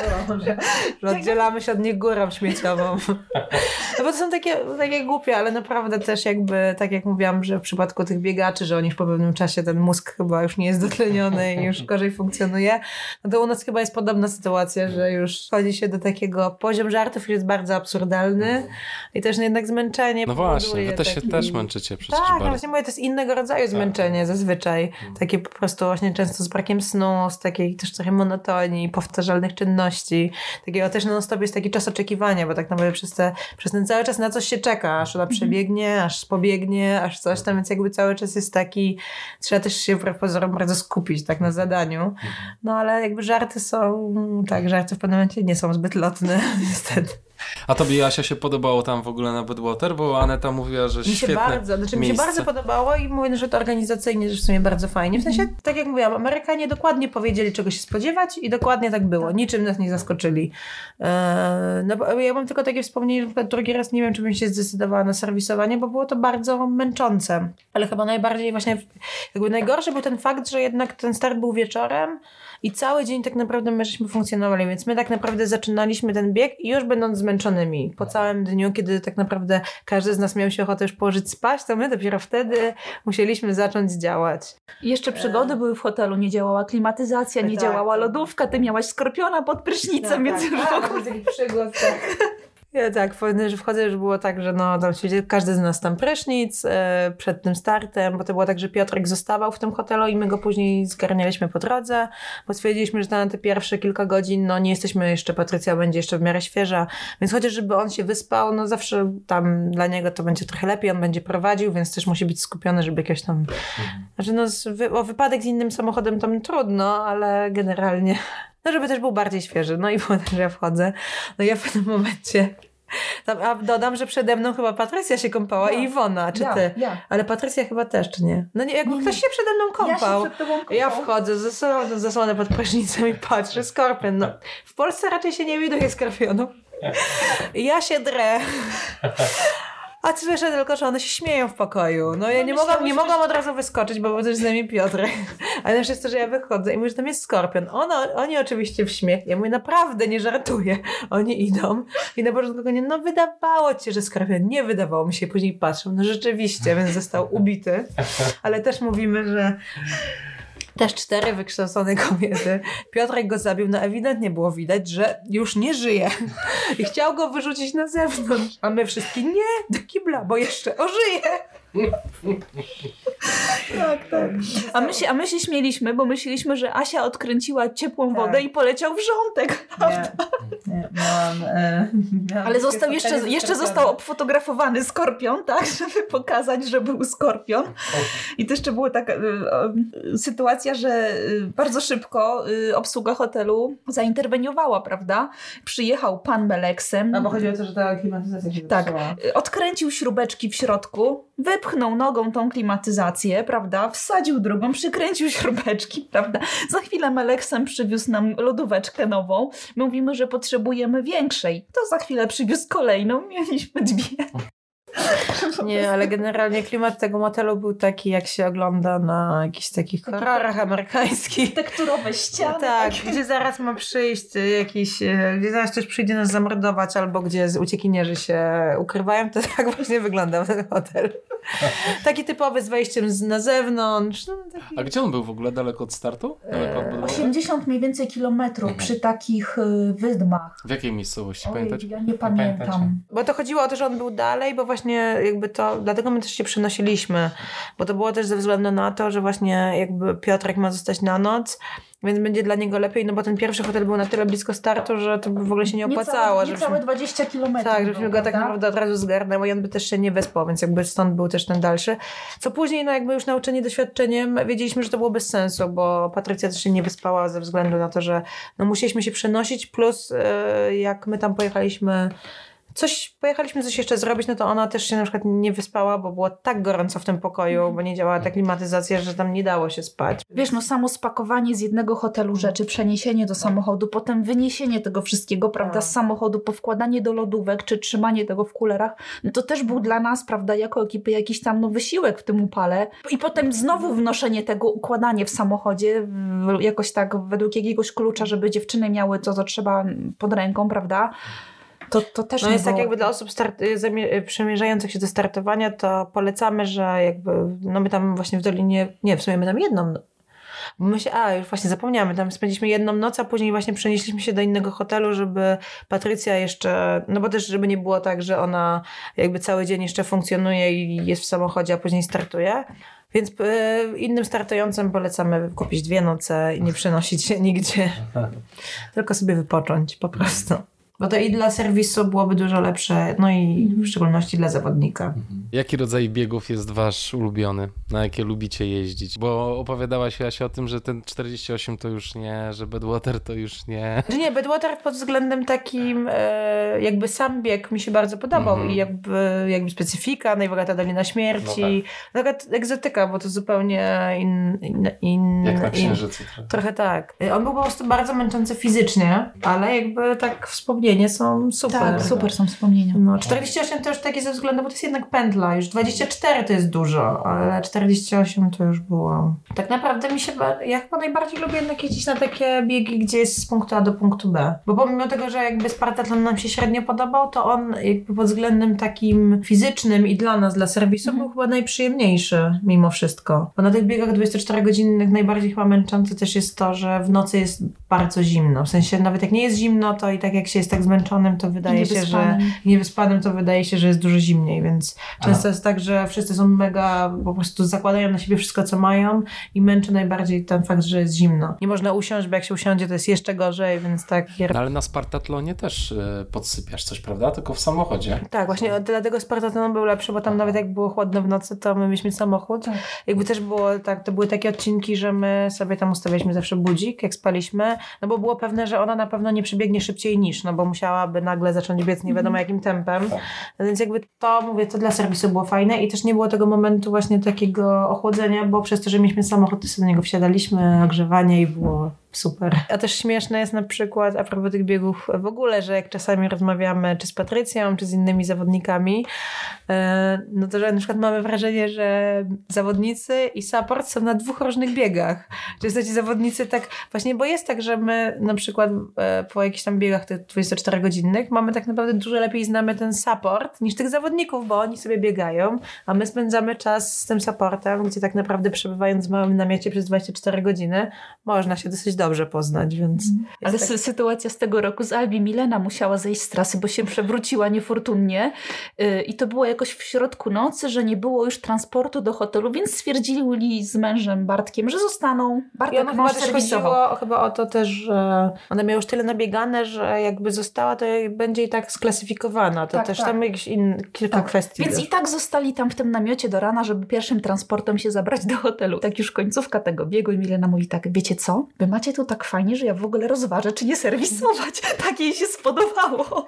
że oddzielamy się od nich górą śmieciową. No bo to są takie głupie, ale naprawdę też jakby, tak jak mówiłam, że w przypadku tych biegaczy, że oni w pewnym czasie ten mózg chyba już nie jest dotleniony i już gorzej funkcjonuje, no to u nas chyba jest podobna sytuacja, że już wchodzi się do takiego, poziom żartów jest bardzo absurdalny i też jednak zmęczenie. No właśnie, wy się też męczycie przecież tak, bardzo. właśnie mówię, to jest innego rodzaju zmęczenie zazwyczaj. Takie po prostu właśnie często z brakiem snu, z takiej też trochę monotonii, powtarzalnych czynności. Takiego też non-stop jest taki czas oczekiwania, bo tak naprawdę przez ten cały czas na coś się czeka, aż ona przebiegnie, aż pobiegnie, aż coś tam, więc jakby cały czas jest taki, trzeba też się wbrew pozorom bardzo skupić tak na zadaniu. No ale jakby żarty w pewnym momencie nie są zbyt lotne, niestety. A tobie, Asia, się podobało tam w ogóle na Badwater? Bo Aneta mówiła, że świetne mi się bardzo podobało i mówię, że to organizacyjnie że w sumie bardzo fajnie. W sensie, tak jak mówiłam, Amerykanie dokładnie powiedzieli, czego się spodziewać i dokładnie tak było. Niczym nas nie zaskoczyli. No bo ja mam tylko takie wspomnienie, że drugi raz nie wiem, czy bym się zdecydowała na serwisowanie, bo było to bardzo męczące. Ale chyba najbardziej właśnie, jakby najgorszy był ten fakt, że jednak ten start był wieczorem i cały dzień tak naprawdę my żeśmy funkcjonowali, więc my tak naprawdę zaczynaliśmy ten bieg i już będąc zmęczonymi po całym dniu, kiedy tak naprawdę każdy z nas miał się ochotę już położyć spać, to my dopiero wtedy musieliśmy zacząć działać. I jeszcze przygody były w hotelu, nie działała klimatyzacja, nie działała lodówka, ty miałaś skorpiona pod prysznicem, więc już w ogóle... taki przygód, Ja tak, że wchodzę, już było tak, że no tam każdy z nas tam prysznic przed tym startem, bo to było tak, że Piotrek zostawał w tym hotelu i my go później zgarnialiśmy po drodze, bo stwierdziliśmy, że na te pierwsze kilka godzin, no nie jesteśmy jeszcze, Patrycja będzie jeszcze w miarę świeża, więc chociaż żeby on się wyspał, no zawsze tam dla niego to będzie trochę lepiej, on będzie prowadził, więc też musi być skupiony, żeby jakieś tam, znaczy no o wypadek z innym samochodem tam trudno, ale generalnie no żeby też był bardziej świeży. No i potem, że ja wchodzę, no ja w pewnym momencie a dodam, że przede mną chyba Patrycja się kąpała i Iwona, czy ty? Ja. Ale Patrycja chyba też, czy nie? No nie, jakby ktoś się przede mną kąpał. Ja wchodzę, zasłonę pod prysznicem i patrzę, skorpion. No, w Polsce raczej się nie widuje skorpionów. Ja się drę. A słyszę tylko, że one się śmieją w pokoju. No ja nie mogłam od razu wyskoczyć, bo był też z nami Piotrek. Ale najlepsze jest to, że ja wychodzę i mówię, że tam jest skorpion. Oni oczywiście w śmiech. Ja mówię, naprawdę nie żartuję. Oni idą i na początku nie, no wydawało ci się, że skorpion. Nie wydawało mi się. Później patrzą, no rzeczywiście, więc został ubity. Ale też mówimy, że też 4 wykształcone kobiety. Piotrek go zabił, no ewidentnie było widać, że już nie żyje. I chciał go wyrzucić na zewnątrz. A my wszystkie, nie, do kibla, bo jeszcze ożyje. Tak. A my się śmieliśmy, bo myśleliśmy, że Asia odkręciła ciepłą wodę i poleciał wrzątek. Ale został obfotografowany skorpion, tak, żeby pokazać, że był skorpion. I to jeszcze była taka sytuacja, że bardzo szybko obsługa hotelu zainterweniowała, prawda? Przyjechał pan Meleksem. No bo chodzi o to, że ta klimatyzacja się wypsuła. Odkręcił śrubeczki w środku, wypchnął nogą tą klimatyzację, prawda? Wsadził drugą, przykręcił śrubeczki, prawda? Za chwilę Meleksem przywiózł nam lodóweczkę nową. My mówimy, że potrzebujemy większej. To za chwilę przywiózł kolejną. Mieliśmy 2. Nie, ale generalnie klimat tego motelu był taki, jak się ogląda na jakichś takich horrorach amerykańskich. Tekturowe ściany. Tak, gdzie zaraz ma przyjść gdzie zaraz ktoś przyjdzie nas zamordować, albo gdzie uciekinierzy się ukrywają, to tak właśnie wyglądał ten hotel. Taki typowy z wejściem na zewnątrz. No, taki... A gdzie on był w ogóle? Daleko od startu? Daleko od 80 mniej więcej kilometrów przy takich wydmach. W jakiej miejscowości? Pamiętacie? Ja nie pamiętam. Bo to chodziło o to, że on był dalej, bo właśnie jakby to, dlatego my też się przenosiliśmy, bo to było też ze względu na to, że właśnie jakby Piotrek ma zostać na noc, więc będzie dla niego lepiej, no bo ten pierwszy hotel był na tyle blisko startu, że to by w ogóle się nie opłacało. Niecałe 20 kilometrów. Tak, żebyśmy go tak naprawdę od razu zgarnęło i on by też się nie wyspał, więc jakby stąd był też ten dalszy. Co później, no jakby już nauczeni doświadczeniem, wiedzieliśmy, że to było bez sensu, bo Patrycja też się nie wyspała ze względu na to, że no musieliśmy się przenosić, plus jak my tam pojechaliśmy coś pojechaliśmy coś jeszcze zrobić, no to ona też się na przykład nie wyspała, bo było tak gorąco w tym pokoju, bo nie działała ta klimatyzacja, że tam nie dało się spać. Wiesz, no samo spakowanie z jednego hotelu rzeczy, przeniesienie do samochodu, potem wyniesienie tego wszystkiego, prawda, z samochodu, powkładanie do lodówek, czy trzymanie tego w kulerach, no to też był dla nas, prawda, jako ekipy jakiś tam wysiłek w tym upale. I potem znowu wnoszenie tego, układanie w samochodzie, jakoś tak według jakiegoś klucza, żeby dziewczyny miały to, co trzeba pod ręką, prawda. To też no nie jest było... tak jakby dla osób przemierzających się do startowania, to polecamy, że jakby, no my tam właśnie w Dolinie, nie, w sumie my tam jedną, już właśnie zapomniałem, tam spędziliśmy jedną noc, a później właśnie przenieśliśmy się do innego hotelu, żeby Patrycja jeszcze, no bo też żeby nie było tak, że ona jakby cały dzień jeszcze funkcjonuje i jest w samochodzie, a później startuje. Więc innym startującym polecamy kupić 2 noce i nie przenosić się nigdzie, tylko sobie wypocząć po prostu. Bo to i dla serwisu byłoby dużo lepsze, no i w szczególności dla zawodnika. Jaki rodzaj biegów jest wasz ulubiony? Na jakie lubicie jeździć? Bo opowiadałaś Jasia o tym, że ten 48 to już nie, że Badwater to już nie. Że nie, Badwater pod względem takim jakby sam bieg mi się bardzo podobał i jakby specyfika, Najbogata Dolina Śmierci, taka egzotyka, bo to zupełnie jak na Księżycu. Trochę tak. On był po prostu bardzo męczący fizycznie, ale jakby tak wspomnienia są super. Tak, super są wspomnienia. No, 48 to już takie ze względu, bo to jest jednak pętla. Już 24 to jest dużo, ale 48 to już było. Tak naprawdę ja chyba najbardziej lubię jednak jeździć na takie biegi, gdzie jest z punktu A do punktu B. Bo pomimo tego, że jakby Spartathlon nam się średnio podobał, to on jakby pod względem takim fizycznym i dla nas, dla serwisu był chyba najprzyjemniejszy mimo wszystko. Bo na tych biegach 24-godzinnych najbardziej chyba męczące też jest to, że w nocy jest bardzo zimno. W sensie nawet jak nie jest zimno, to i tak jak się jest tak zmęczonym, to wydaje się, że niewyspanym, to wydaje się, że jest dużo zimniej, więc często jest tak, że wszyscy są mega, po prostu zakładają na siebie wszystko, co mają i męczy najbardziej ten fakt, że jest zimno. Nie można usiąść, bo jak się usiądzie, to jest jeszcze gorzej, więc tak. No, ale na Spartatlonie też podsypiasz coś, prawda? Tylko w samochodzie. Tak, właśnie dlatego Spartatlon był lepszy, bo tam nawet jak było chłodno w nocy, to my mieliśmy samochód. Tak. Jakby też było tak, to były takie odcinki, że my sobie tam ustawialiśmy zawsze budzik, jak spaliśmy, no bo było pewne, że ona na pewno nie przebiegnie szybciej niż, no bo musiałaby nagle zacząć biec nie wiadomo jakim tempem. Tak. Więc jakby to, mówię, to dla serwisu było fajne i też nie było tego momentu właśnie takiego ochłodzenia, bo przez to, że mieliśmy samochód, to sobie do niego wsiadaliśmy, ogrzewanie i było super. A też śmieszne jest na przykład, a propos tych biegów w ogóle, że jak czasami rozmawiamy czy z Patrycją, czy z innymi zawodnikami, no to że na przykład mamy wrażenie, że zawodnicy i support są na 2 różnych biegach. Często ci zawodnicy tak właśnie, bo jest tak, że my na przykład po jakichś tam biegach tych 24-godzinnych mamy tak naprawdę dużo lepiej znamy ten support niż tych zawodników, bo oni sobie biegają, a my spędzamy czas z tym supportem, gdzie tak naprawdę przebywając w małym namiocie przez 24 godziny można się dosyć dobrze poznać, więc... Ale sytuacja z tego roku z Albi Milena musiała zejść z trasy, bo się przewróciła niefortunnie i to było jakoś w środku nocy, że nie było już transportu do hotelu, więc stwierdzili z mężem Bartkiem, że zostaną. Bartek mąż serwisował. Chyba o to też, że ona miała już tyle nabiegane, że jakby została, to będzie i tak sklasyfikowana. To też tam jakieś kilka kwestii. Więc i tak zostali tam w tym namiocie do rana, żeby pierwszym transportem się zabrać do hotelu. Tak już końcówka tego biegu i Milena mówi tak, wiecie co? Wy macie tu tak fajnie, że ja w ogóle rozważę, czy nie serwisować. Tak jej się spodobało.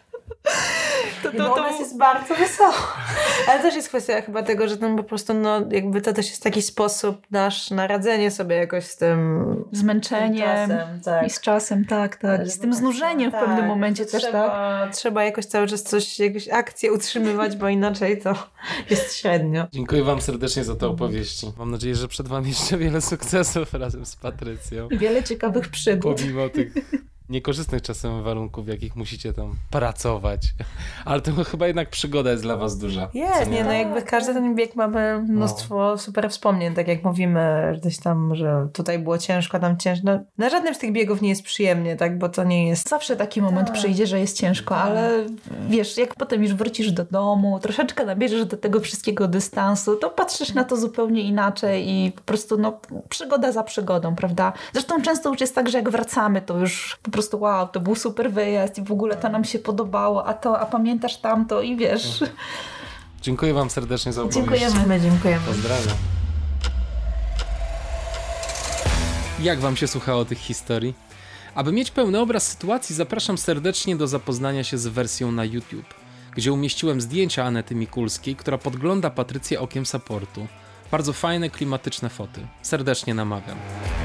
To u nas jest bardzo wesoło. Ale też jest kwestia chyba tego, że tam po prostu jakby to też jest taki sposób nasz na radzenie sobie jakoś z tym zmęczeniem i z czasem, tak. I z tym znużeniem w pewnym momencie też, Trzeba jakoś cały czas jakąś akcję utrzymywać, bo inaczej to jest średnio. Dziękuję wam serdecznie za te opowieści. Mam nadzieję, że przed wami jeszcze wiele sukcesów razem z Patrycją. Wiele ciekawych przygód. Pomimo tych niekorzystnych czasem warunków, w jakich musicie tam pracować. Ale to chyba jednak przygoda jest dla was duża. Jest, jakby każdy ten bieg mamy mnóstwo super wspomnień, tak jak mówimy gdzieś tam, że tutaj było ciężko, tam ciężko. No, na żadnym z tych biegów nie jest przyjemnie, tak, bo to nie jest... Zawsze taki moment przyjdzie, że jest ciężko, ale wiesz, jak potem już wrócisz do domu, troszeczkę nabierzesz do tego wszystkiego dystansu, to patrzysz na to zupełnie inaczej i po prostu przygoda za przygodą, prawda? Zresztą często już jest tak, że jak wracamy, to już po prostu wow, to był super wyjazd i w ogóle to nam się podobało, a pamiętasz tamto i wiesz. Dziękuję wam serdecznie za opowieść. Dziękujemy. Pozdrawiam. Jak wam się słuchało tych historii? Aby mieć pełny obraz sytuacji, zapraszam serdecznie do zapoznania się z wersją na YouTube, gdzie umieściłem zdjęcia Anety Mikulskiej, która podgląda Patrycję okiem supportu. Bardzo fajne, klimatyczne foty. Serdecznie namawiam.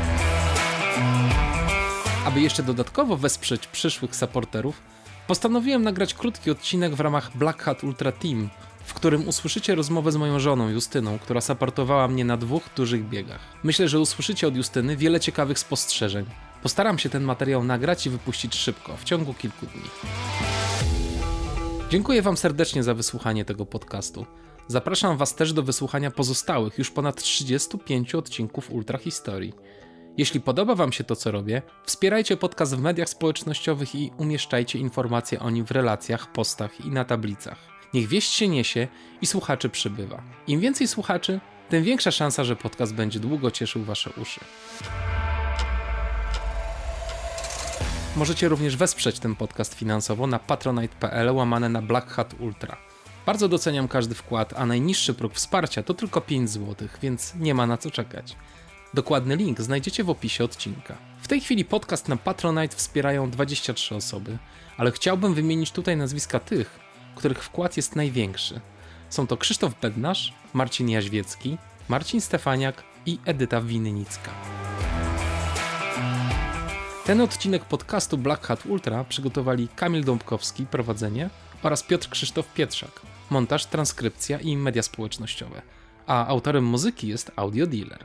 Aby jeszcze dodatkowo wesprzeć przyszłych supporterów, postanowiłem nagrać krótki odcinek w ramach Black Hat Ultra Team, w którym usłyszycie rozmowę z moją żoną Justyną, która supportowała mnie na 2 dużych biegach. Myślę, że usłyszycie od Justyny wiele ciekawych spostrzeżeń. Postaram się ten materiał nagrać i wypuścić szybko, w ciągu kilku dni. Dziękuję Wam serdecznie za wysłuchanie tego podcastu. Zapraszam Was też do wysłuchania pozostałych już ponad 35 odcinków Ultra Historii. Jeśli podoba Wam się to, co robię, wspierajcie podcast w mediach społecznościowych i umieszczajcie informacje o nim w relacjach, postach i na tablicach. Niech wieść się niesie i słuchaczy przybywa. Im więcej słuchaczy, tym większa szansa, że podcast będzie długo cieszył Wasze uszy. Możecie również wesprzeć ten podcast finansowo na patronite.pl/Black Hat Ultra. Bardzo doceniam każdy wkład, a najniższy próg wsparcia to tylko 5 zł, więc nie ma na co czekać. Dokładny link znajdziecie w opisie odcinka. W tej chwili podcast na Patronite wspierają 23 osoby, ale chciałbym wymienić tutaj nazwiska tych, których wkład jest największy. Są to Krzysztof Bednarz, Marcin Jaźwiecki, Marcin Stefaniak i Edyta Winnicka. Ten odcinek podcastu Black Hat Ultra przygotowali Kamil Dąbkowski, prowadzenie, oraz Piotr Krzysztof Pietrzak, montaż, transkrypcja i media społecznościowe, a autorem muzyki jest Audio Dealer.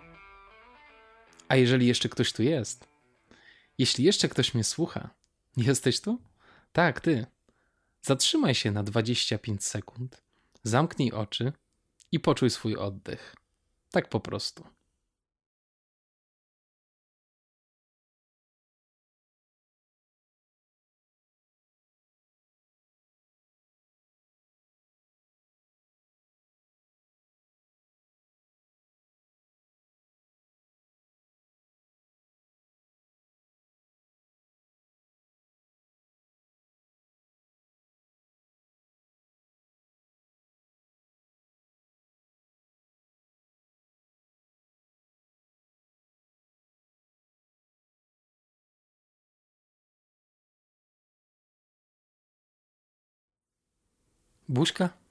A jeżeli jeszcze ktoś tu jest, jeśli jeszcze ktoś mnie słucha, jesteś tu? Tak, ty. Zatrzymaj się na 25 sekund, zamknij oczy i poczuj swój oddech. Tak po prostu. Buźka?